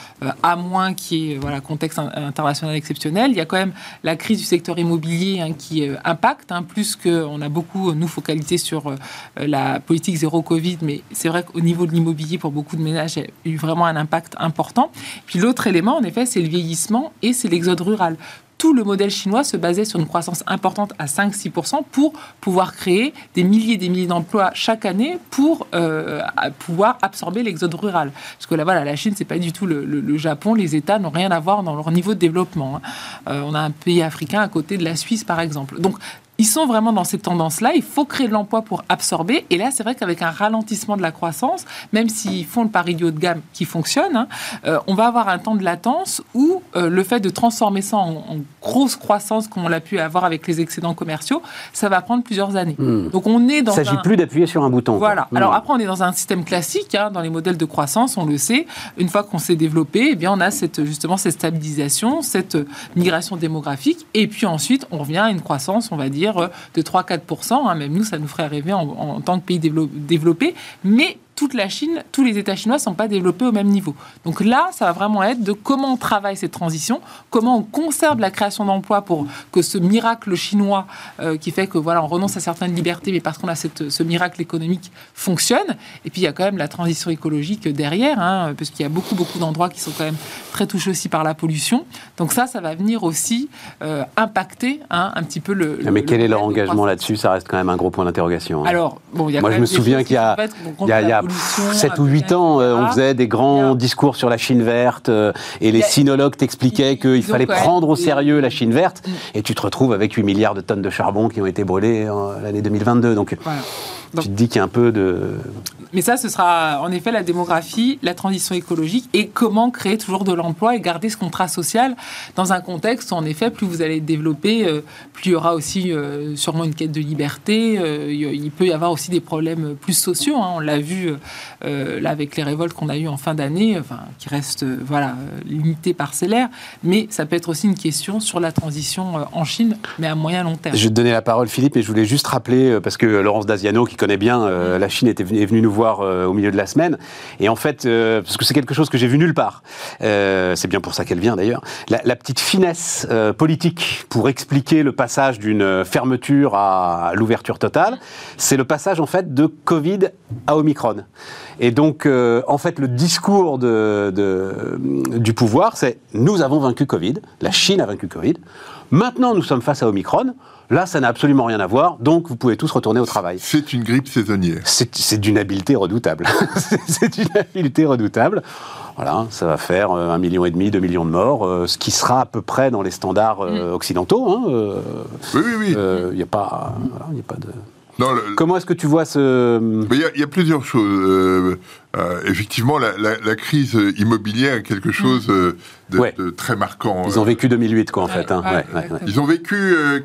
à moins qui est contexte international exceptionnel. Il y a quand même la crise du secteur immobilier qui impacte, plus qu'on a beaucoup, nous, focalisé sur la politique zéro Covid, mais c'est vrai qu'au niveau de l'immobilier, pour beaucoup de ménages, il y a eu vraiment un impact important. Puis l'autre élément, en effet, c'est le vieillissement et c'est l'exode rural. Tout le modèle chinois se basait sur une croissance importante à 5-6% pour pouvoir créer des milliers d'emplois chaque année pour pouvoir absorber l'exode rural. Parce que là, la Chine, c'est pas du tout le Japon. Les États n'ont rien à voir dans leur niveau de développement. On a un pays africain à côté de la Suisse, par exemple. Donc, ils sont vraiment dans cette tendance-là. Il faut créer de l'emploi pour absorber. Et là, c'est vrai qu'avec un ralentissement de la croissance, même s'ils font le pari du haut de gamme qui fonctionne, on va avoir un temps de latence où le fait de transformer ça en grosse croissance, comme on l'a pu avoir avec les excédents commerciaux, ça va prendre plusieurs années. Donc, on est dans il ne s'agit plus d'appuyer sur un bouton. Voilà. Alors après, on est dans un système classique, dans les modèles de croissance, on le sait. Une fois qu'on s'est développé, eh bien, on a cette stabilisation, cette migration démographique. Et puis ensuite, on revient à une croissance, on va dire, de 3-4%, même nous, ça nous ferait rêver en tant que pays développé, mais toute la Chine, tous les États chinois ne sont pas développés au même niveau. Donc là, ça va vraiment être de comment on travaille cette transition, comment on conserve la création d'emplois pour que ce miracle chinois qui fait que on renonce à certaines libertés, mais parce qu'on a ce miracle économique fonctionne. Et puis il y a quand même la transition écologique derrière, parce qu'il y a beaucoup d'endroits qui sont quand même très touchés aussi par la pollution. Donc ça va venir aussi impacter un petit peu mais quel est leur engagement là-dessus? Ça reste quand même un gros point d'interrogation. Alors, bon, moi je me souviens qu'il y a 7 ou 8 ans, on faisait des grands discours sur la Chine verte, et les sinologues t'expliquaient qu'il fallait prendre au sérieux la Chine verte, et tu te retrouves avec 8 milliards de tonnes de charbon qui ont été brûlées l'année 2022. Donc, tu te dis qu'il y a un peu de... Mais ça, ce sera en effet la démographie, la transition écologique et comment créer toujours de l'emploi et garder ce contrat social dans un contexte où, en effet, plus vous allez développer, plus il y aura aussi sûrement une quête de liberté. Il peut y avoir aussi des problèmes plus sociaux. On l'a vu là avec les révoltes qu'on a eues en fin d'année, qui restent limitées, parcellaires. Mais ça peut être aussi une question sur la transition en Chine, mais à moyen long terme. Je vais te donner la parole, Philippe, et je voulais juste rappeler, parce que Laurence Daziano, qui connaît bien la Chine, est venue nous voir au milieu de la semaine, et en fait, parce que c'est quelque chose que j'ai vu nulle part, c'est bien pour ça qu'elle vient d'ailleurs, la petite finesse politique pour expliquer le passage d'une fermeture à l'ouverture totale, c'est le passage en fait de Covid à Omicron. Et donc, en fait, le discours du pouvoir, c'est « nous avons vaincu Covid, la Chine a vaincu Covid, maintenant nous sommes face à Omicron ». Là, ça n'a absolument rien à voir, donc vous pouvez tous retourner au travail. C'est une grippe saisonnière. C'est d'une habileté redoutable. C'est une habileté redoutable. Voilà, ça va faire 1,5 million, 2 millions de morts, ce qui sera à peu près dans les standards occidentaux. Oui. Il n'y a pas de... Comment est-ce que tu vois ce... Il y a plusieurs choses. Effectivement, la crise immobilière est quelque chose de très marquant. Ils ont vécu 2008, quoi, en fait. Ils ont vécu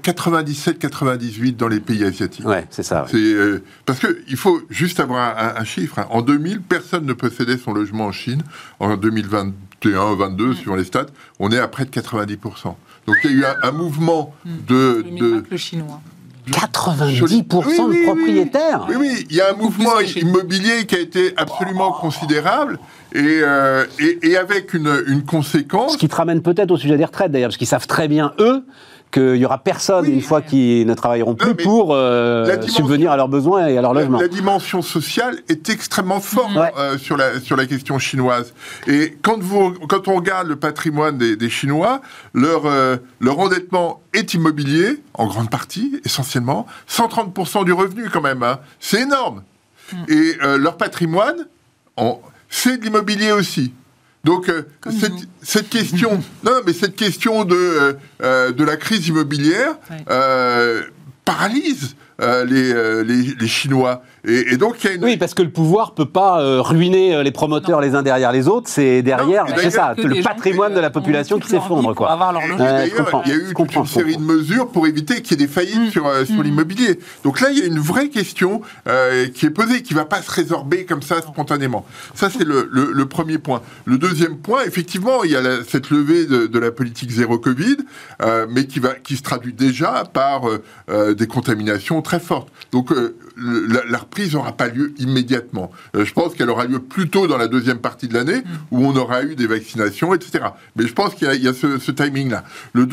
97-98 dans les pays asiatiques. Ouais, c'est ça. Parce qu'il faut juste avoir un chiffre. En 2000, personne ne possédait son logement en Chine. En 2021-22, suivant les stats, on est à près de 90%. Donc il y a eu un mouvement Le miracle chinois. 90% de propriétaires. Oui, il y a un mouvement immobilier qui a été absolument considérable et avec une conséquence... Ce qui te ramène peut-être au sujet des retraites d'ailleurs, parce qu'ils savent très bien, eux, qu'il n'y aura personne, une fois qu'ils ne travailleront plus, pour subvenir à leurs besoins et à leur logement. La dimension sociale est extrêmement forte sur la question chinoise. Et quand on regarde le patrimoine des Chinois, leur endettement est immobilier, en grande partie, essentiellement, 130% du revenu quand même. C'est énorme. Et leur patrimoine, c'est de l'immobilier aussi. Donc cette question, cette question de la crise immobilière paralyse les Chinois. Et donc, il y a une... Oui, parce que le pouvoir peut pas ruiner les promoteurs les uns derrière les autres. C'est derrière, c'est ça, le patrimoine de la population qui s'effondre, quoi. D'ailleurs, il y a eu toute une série de mesures pour éviter qu'il y ait des faillites sur l'immobilier. Donc là, il y a une vraie question qui est posée, qui ne va pas se résorber comme ça spontanément. Ça, c'est le premier point. Le deuxième point, effectivement, il y a cette levée de la politique zéro Covid, mais qui se traduit déjà par des contaminations très fortes. Donc, la reprise n'aura pas lieu immédiatement. Je pense qu'elle aura lieu plutôt dans la deuxième partie de l'année, où on aura eu des vaccinations, etc. Mais je pense qu'il y a ce timing-là.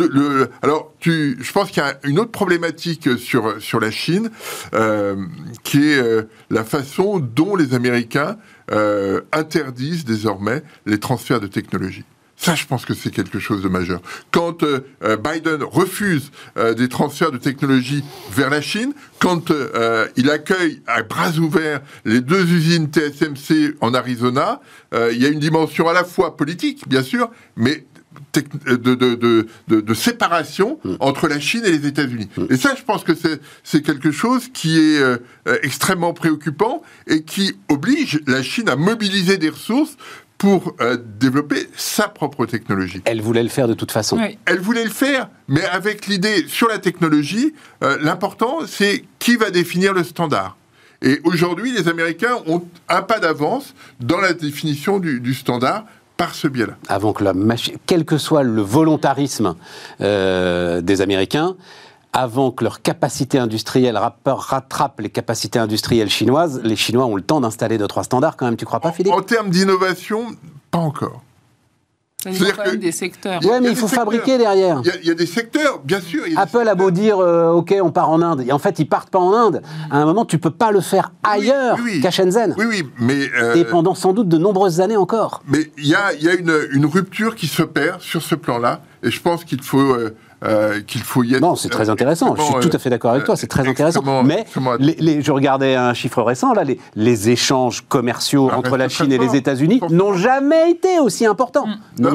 Je pense qu'il y a une autre problématique sur la Chine, qui est la façon dont les Américains interdisent désormais les transferts de technologie. Ça, je pense que c'est quelque chose de majeur. Quand Biden refuse des transferts de technologie vers la Chine, quand il accueille à bras ouverts les 2 usines TSMC en Arizona, il y a une dimension à la fois politique, bien sûr, mais de séparation entre la Chine et les États-Unis. Et ça, je pense que c'est quelque chose qui est extrêmement préoccupant et qui oblige la Chine à mobiliser des ressources pour développer sa propre technologie. Elle voulait le faire de toute façon. Oui. Elle voulait le faire, mais avec l'idée sur la technologie, l'important, c'est qui va définir le standard. Et aujourd'hui, les Américains ont un pas d'avance dans la définition du standard par ce biais-là. Avant que la machine, quel que soit le volontarisme des Américains, avant que leur capacité industrielle rattrape les capacités industrielles chinoises, les Chinois ont le temps d'installer 2-3 standards quand même, tu crois pas, Philippe ? En termes d'innovation, pas encore. Il y a quand même des secteurs. Oui, mais il faut fabriquer derrière. Il y a des secteurs, bien sûr. Apple a beau dire, OK, on part en Inde. Et en fait, ils partent pas en Inde. À un moment, tu peux pas le faire ailleurs qu'à Shenzhen. Oui, mais... Et pendant sans doute de nombreuses années encore. Mais il y a une rupture qui s'opère sur ce plan-là. Et je pense qu'il faut y être... Non, c'est très intéressant. Je suis tout à fait d'accord avec toi. C'est très intéressant. Mais je regardais un chiffre récent, là, les échanges commerciaux entre la Chine et les États-Unis n'ont jamais été aussi importants.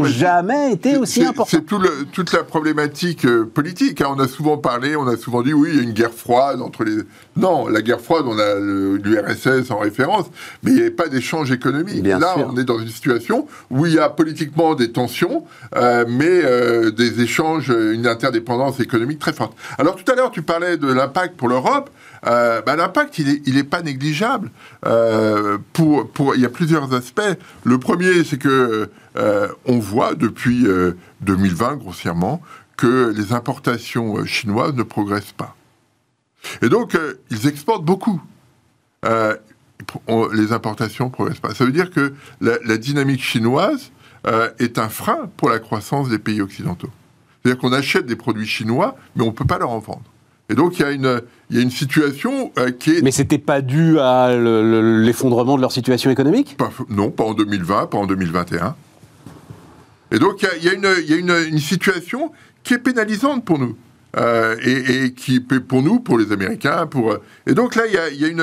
C'est toute la problématique politique. Hein. On a souvent dit, oui, il y a une guerre froide entre les... Non, la guerre froide, on a l'URSS en référence, mais il n'y avait pas d'échange économique. Là, on est dans une situation où il y a politiquement des tensions, mais des échanges, une interdépendance économique très forte. Alors tout à l'heure, tu parlais de l'impact pour l'Europe. L'impact, il est pas négligeable. Il y a plusieurs aspects. Le premier, c'est que on voit depuis 2020, grossièrement, que les importations chinoises ne progressent pas. Et donc, ils exportent beaucoup. Les importations ne progressent pas. Ça veut dire que la dynamique chinoise est un frein pour la croissance des pays occidentaux. C'est-à-dire qu'on achète des produits chinois, mais on ne peut pas leur en vendre. Et donc, il y a une situation qui est... Mais c'était pas dû à l'effondrement de leur situation économique ? Non, pas en 2020, pas en 2021. Et donc, il y a une situation qui est pénalisante pour nous. Et qui, pour nous, pour les Américains, et donc là,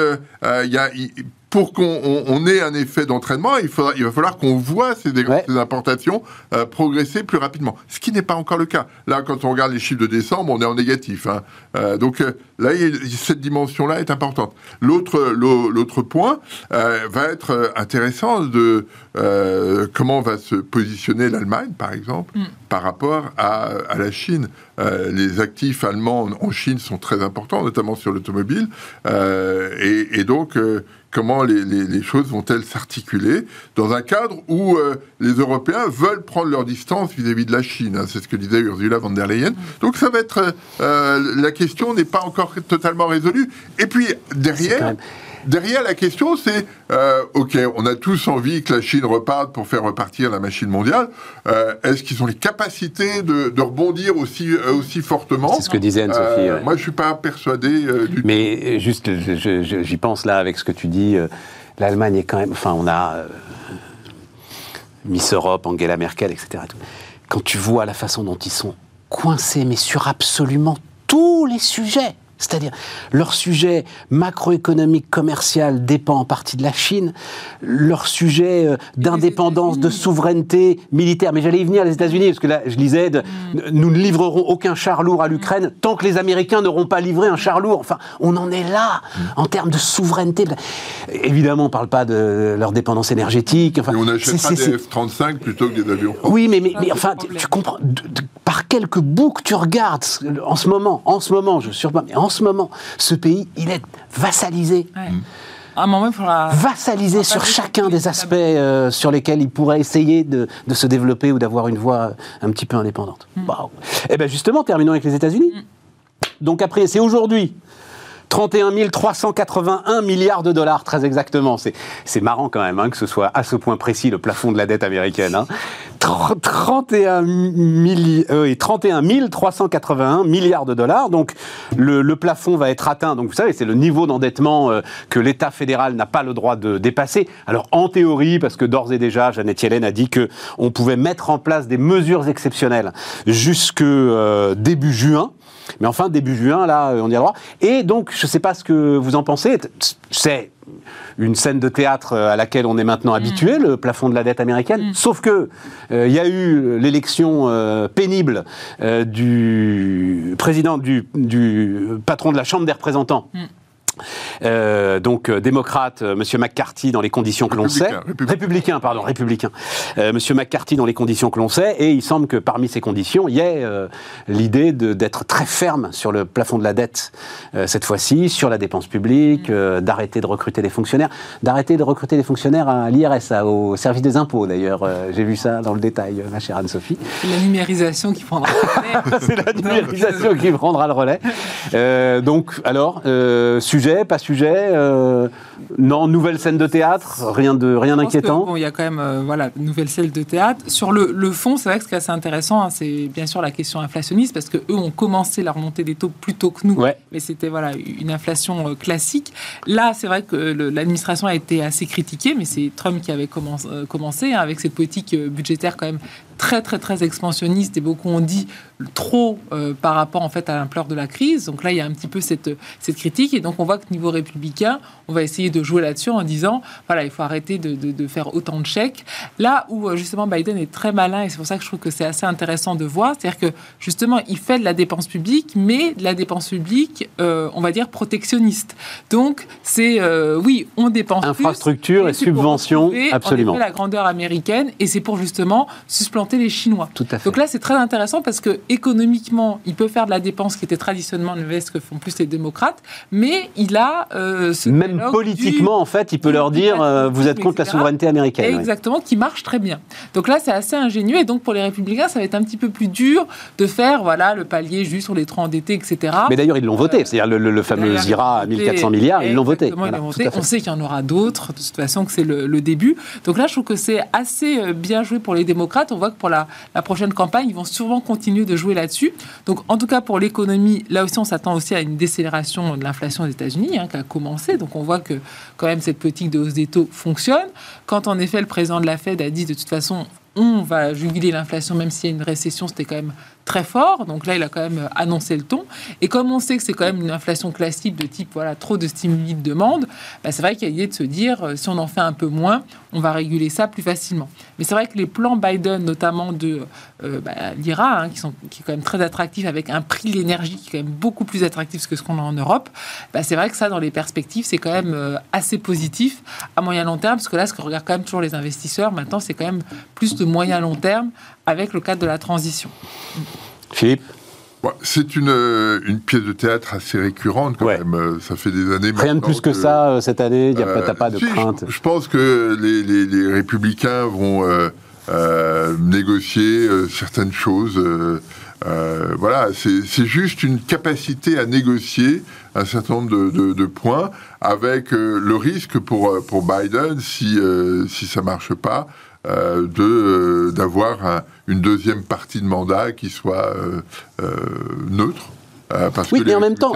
pour qu'on ait un effet d'entraînement, il va falloir qu'on voit ces importations progresser plus rapidement. Ce qui n'est pas encore le cas. Là, quand on regarde les chiffres de décembre, on est en négatif. Hein. Donc là, cette dimension-là est importante. L'autre point va être intéressant de comment va se positionner l'Allemagne, par exemple, par rapport à la Chine. Les actifs allemands en Chine sont très importants, notamment sur l'automobile. Et donc... comment les choses vont-elles s'articuler dans un cadre où les Européens veulent prendre leur distance vis-à-vis de la Chine. Hein, c'est ce que disait Ursula von der Leyen. Donc ça va être... la question n'est pas encore totalement résolue. Et puis, derrière la question, c'est... OK, on a tous envie que la Chine reparte pour faire repartir la machine mondiale. Est-ce qu'ils ont les capacités de rebondir aussi fortement ? C'est ce que disait Anne-Sophie. Moi, je ne suis pas persuadé du tout. Mais juste, j'y pense là avec ce que tu dis. L'Allemagne est quand même... Enfin, on a Miss Europe, Angela Merkel, etc. Quand tu vois la façon dont ils sont coincés, mais sur absolument tous les sujets, C'est-à-dire, leur sujet macroéconomique, commercial dépend en partie de la Chine, leur sujet d'indépendance, de souveraineté militaire. Mais j'allais y venir, les États-Unis, parce que là, je lisais, nous ne livrerons aucun char lourd à l'Ukraine tant que les Américains n'auront pas livré un char lourd. Enfin, on en est là, en termes de souveraineté. Évidemment, on ne parle pas de leur dépendance énergétique. Enfin, et on achètera des F-35 plutôt que des avions français. Oui, mais enfin, tu comprends, par quelques bouts que tu regardes, en ce moment, je suis mais en ce moment, ce pays, il est vassalisé. Ouais. À un moment, il faudra... Vassalisé sur chacun des aspects sur lesquels il pourrait essayer de se développer ou d'avoir une voie un petit peu indépendante. Wow. Et bien justement, terminons avec les États-Unis. Donc après, c'est aujourd'hui 31 381 milliards de dollars, très exactement. C'est marrant quand même que ce soit à ce point précis le plafond de la dette américaine. 31 381 milliards de dollars. Donc le plafond va être atteint. Donc vous savez, c'est le niveau d'endettement que l'État fédéral n'a pas le droit de dépasser. Alors en théorie, parce que d'ores et déjà, Janet Yellen a dit qu'on pouvait mettre en place des mesures exceptionnelles jusque début juin. Mais enfin, début juin, là, on y a droit. Et donc, je ne sais pas ce que vous en pensez. C'est une scène de théâtre à laquelle on est maintenant habitué, le plafond de la dette américaine. Sauf que il y a eu l'élection pénible du président, du patron de la Chambre des représentants. Donc démocrate, Monsieur McCarthy dans les conditions que l'on sait. Républicain. Monsieur McCarthy dans les conditions que l'on sait, et il semble que parmi ces conditions, il y ait l'idée d'être très ferme sur le plafond de la dette, cette fois-ci, sur la dépense publique, d'arrêter de recruter des fonctionnaires, à l'IRS, au service des impôts d'ailleurs. J'ai vu ça dans le détail, ma chère Anne-Sophie. C'est la numérisation qui prendra le relais. C'est la numérisation qui prendra le relais. Donc, alors, sujet, pas sujet, non, nouvelle scène de théâtre, rien d'inquiétant. Bon, il y a quand même, nouvelle scène de théâtre. Sur le fond, c'est vrai que ce qui est assez intéressant, c'est bien sûr la question inflationniste, parce qu'eux ont commencé la remontée des taux plus tôt que nous, mais c'était une inflation classique. Là, c'est vrai que l'administration a été assez critiquée, mais c'est Trump qui avait commencé avec cette politique budgétaire quand même très, très, très expansionniste, et beaucoup ont dit trop par rapport en fait à l'ampleur de la crise. Donc là, il y a un petit peu cette critique, et donc on voit que niveau républicain, on va essayer de jouer là-dessus en disant, il faut arrêter de faire autant de chèques. Là où justement Biden est très malin, et c'est pour ça que je trouve que c'est assez intéressant de voir, c'est-à-dire que justement, il fait de la dépense publique, mais de la dépense publique, on va dire protectionniste. Donc c'est, on dépense infrastructure et subventions, absolument. En effet, la grandeur américaine, et c'est pour justement supplanter les Chinois. Tout à fait. Donc là, c'est très intéressant parce que économiquement, il peut faire de la dépense qui était traditionnellement ce que font plus les démocrates, mais il a même politiquement, en fait, il peut leur dire vous êtes contre la souveraineté américaine. Exactement, qui marche très bien. Donc là, c'est assez ingénieux, et donc pour les républicains, ça va être un petit peu plus dur de faire le palier juste sur les trop endettés, etc. Mais d'ailleurs, ils l'ont voté. C'est-à-dire le fameux IRA à 1400 milliards, ils l'ont voté. On sait qu'il y en aura d'autres, de toute façon, que c'est le début. Donc là, je trouve que c'est assez bien joué pour les démocrates. On voit que pour la prochaine campagne, ils vont sûrement continuer de jouer là-dessus. Donc, en tout cas, pour l'économie, là aussi, on s'attend aussi à une décélération de l'inflation aux États-Unis, qui a commencé. Donc, on voit que, quand même, cette politique de hausse des taux fonctionne. Quand, en effet, le président de la Fed a dit, de toute façon, on va juguler l'inflation, même s'il y a une récession, c'était quand même très fort. Donc là, il a quand même annoncé le ton. Et comme on sait que c'est quand même une inflation classique de type, trop de stimuli de demande, c'est vrai qu'il y a l'idée de se dire, si on en fait un peu moins, on va réguler ça plus facilement. Mais c'est vrai que les plans Biden, notamment de l'IRA, qui est quand même très attractif, avec un prix de l'énergie qui est quand même beaucoup plus attractif que ce qu'on a en Europe, c'est vrai que ça, dans les perspectives, c'est quand même assez positif à moyen long terme, parce que là, ce que regardent quand même toujours les investisseurs, maintenant, c'est quand même plus de moyen long terme avec le cadre de la transition. Philippe ? C'est une pièce de théâtre assez récurrente quand même. Ça fait des années. Rien de plus que ça cette année. T'as pas de crainte. Je pense que les républicains vont négocier certaines choses. C'est juste une capacité à négocier un certain nombre de points, avec le risque pour Biden, si ça marche pas, d'avoir une deuxième partie de mandat qui soit neutre. Mais en même temps,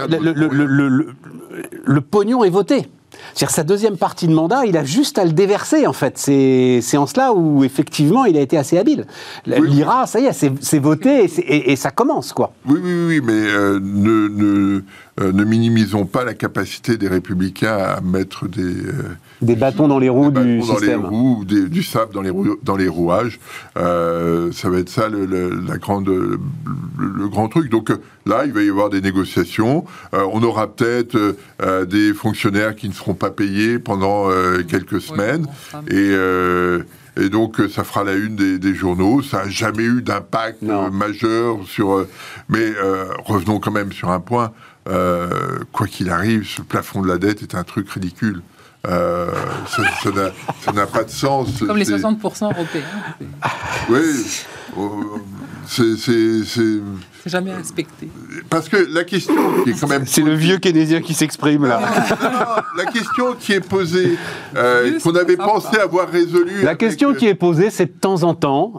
le pognon est voté. C'est-à-dire sa deuxième partie de mandat, il a juste à le déverser, en fait. C'est en cela où, effectivement, il a été assez habile. L'IRA, ça y est, c'est voté et ça commence, quoi. Oui, mais ne minimisons pas la capacité des Républicains à mettre des bâtons dans les roues du système. Dans les roues, ou du sable dans les rouages. Ça va être ça le grand truc. Donc là, il va y avoir des négociations. On aura peut-être des fonctionnaires qui ne seront pas payés pendant quelques semaines. Et donc, ça fera la une des journaux. Ça n'a jamais eu d'impact majeur sur... mais revenons quand même sur un point. Quoi qu'il arrive, ce plafond de la dette est un truc ridicule. Ça n'a pas de sens. Comme les 60% européens. Oui. C'est jamais respecté. Parce que la question qui est quand même... C'est le vieux keynésien qui s'exprime, là. Non, la question qui est posée, qu'on avait pensé avoir résolue... La question qui est posée, c'est de temps en temps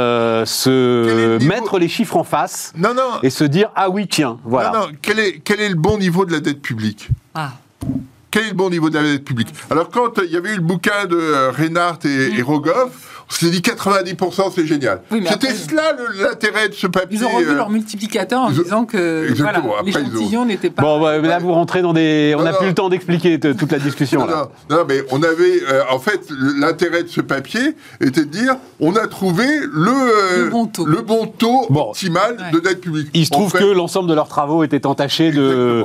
mettre les chiffres en face et se dire « Ah oui, tiens, voilà ». Non, quel est le bon niveau de la dette publique ? Quel est le bon niveau de la dette publique ? Alors, quand il y avait eu le bouquin de Reinhardt et Rogoff, on s'est dit 90%, c'est génial. Oui, c'était cela l'intérêt de ce papier. Ils ont revu leur multiplicateur en disant que l'échantillon n'était pas... Bon, là, vous rentrez dans des... On n'a plus le temps d'expliquer toute la discussion. Non, mais on avait... en fait, l'intérêt de ce papier était de dire on a trouvé le bon taux optimal de dette publique. Il se trouve que l'ensemble de leurs travaux étaient entachés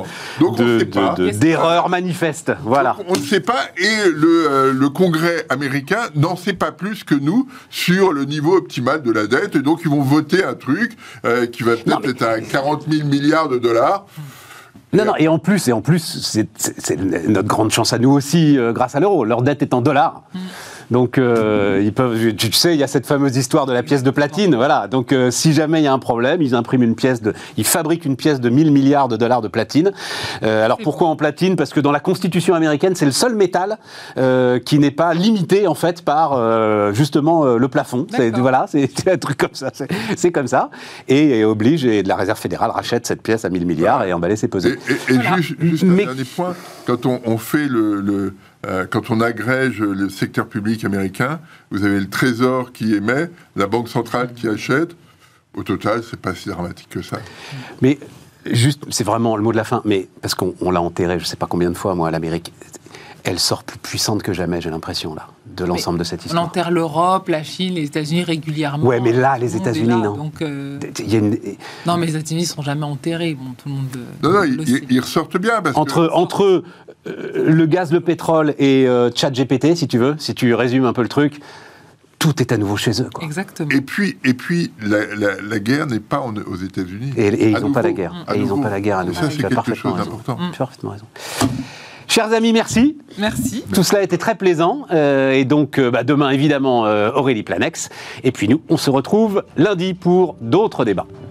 d'erreurs manifestes. Voilà. Donc, on ne sait pas, et le Congrès américain n'en sait pas plus que nous sur le niveau optimal de la dette, et donc ils vont voter un truc qui va peut-être être à 40 000 milliards de dollars. Non, et en plus, c'est notre grande chance à nous aussi, grâce à l'euro. Leur dette est en dollars. Donc, ils peuvent, tu sais, il y a cette fameuse histoire de la pièce de platine, voilà. Donc, si jamais il y a un problème, ils fabriquent une pièce de 1000 milliards de dollars de platine. Alors, pourquoi en platine ? Parce que dans la Constitution américaine, c'est le seul métal qui n'est pas limité, en fait, par, justement, le plafond. C'est un truc comme ça. C'est comme ça. Et oblige, et la Réserve fédérale rachète cette pièce à 1000 milliards et emballé, c'est pesé. Et juste un dernier point, quand on fait quand on agrège le secteur public américain, vous avez le Trésor qui émet, la Banque centrale qui achète. Au total, c'est pas si dramatique que ça. Mais juste, c'est vraiment le mot de la fin, mais parce qu'on l'a enterré, je sais pas combien de fois, moi, à l'Amérique. Elle sort plus puissante que jamais, j'ai l'impression, là, de l'ensemble de cette histoire. On enterre l'Europe, la Chine, les États-Unis régulièrement. Ouais, mais là, les États-Unis, non. Donc, non, mais les États-Unis ne sont jamais enterrés. Bon, tout le monde. Ils ressortent bien. Parce entre le gaz, le pétrole et ChatGPT, si tu veux, si tu résumes un peu le truc, tout est à nouveau chez eux, quoi. Exactement. Et puis la guerre n'est pas aux États-Unis. Et ils n'ont pas la guerre. Et ils n'ont pas la guerre à nouveau. Ça, c'est quelque chose d'important. Tu as parfaitement raison. Chers amis, merci. Merci. Tout cela a été très plaisant. Et donc, demain, évidemment, Aurélie Planex. Et puis nous, on se retrouve lundi pour d'autres débats.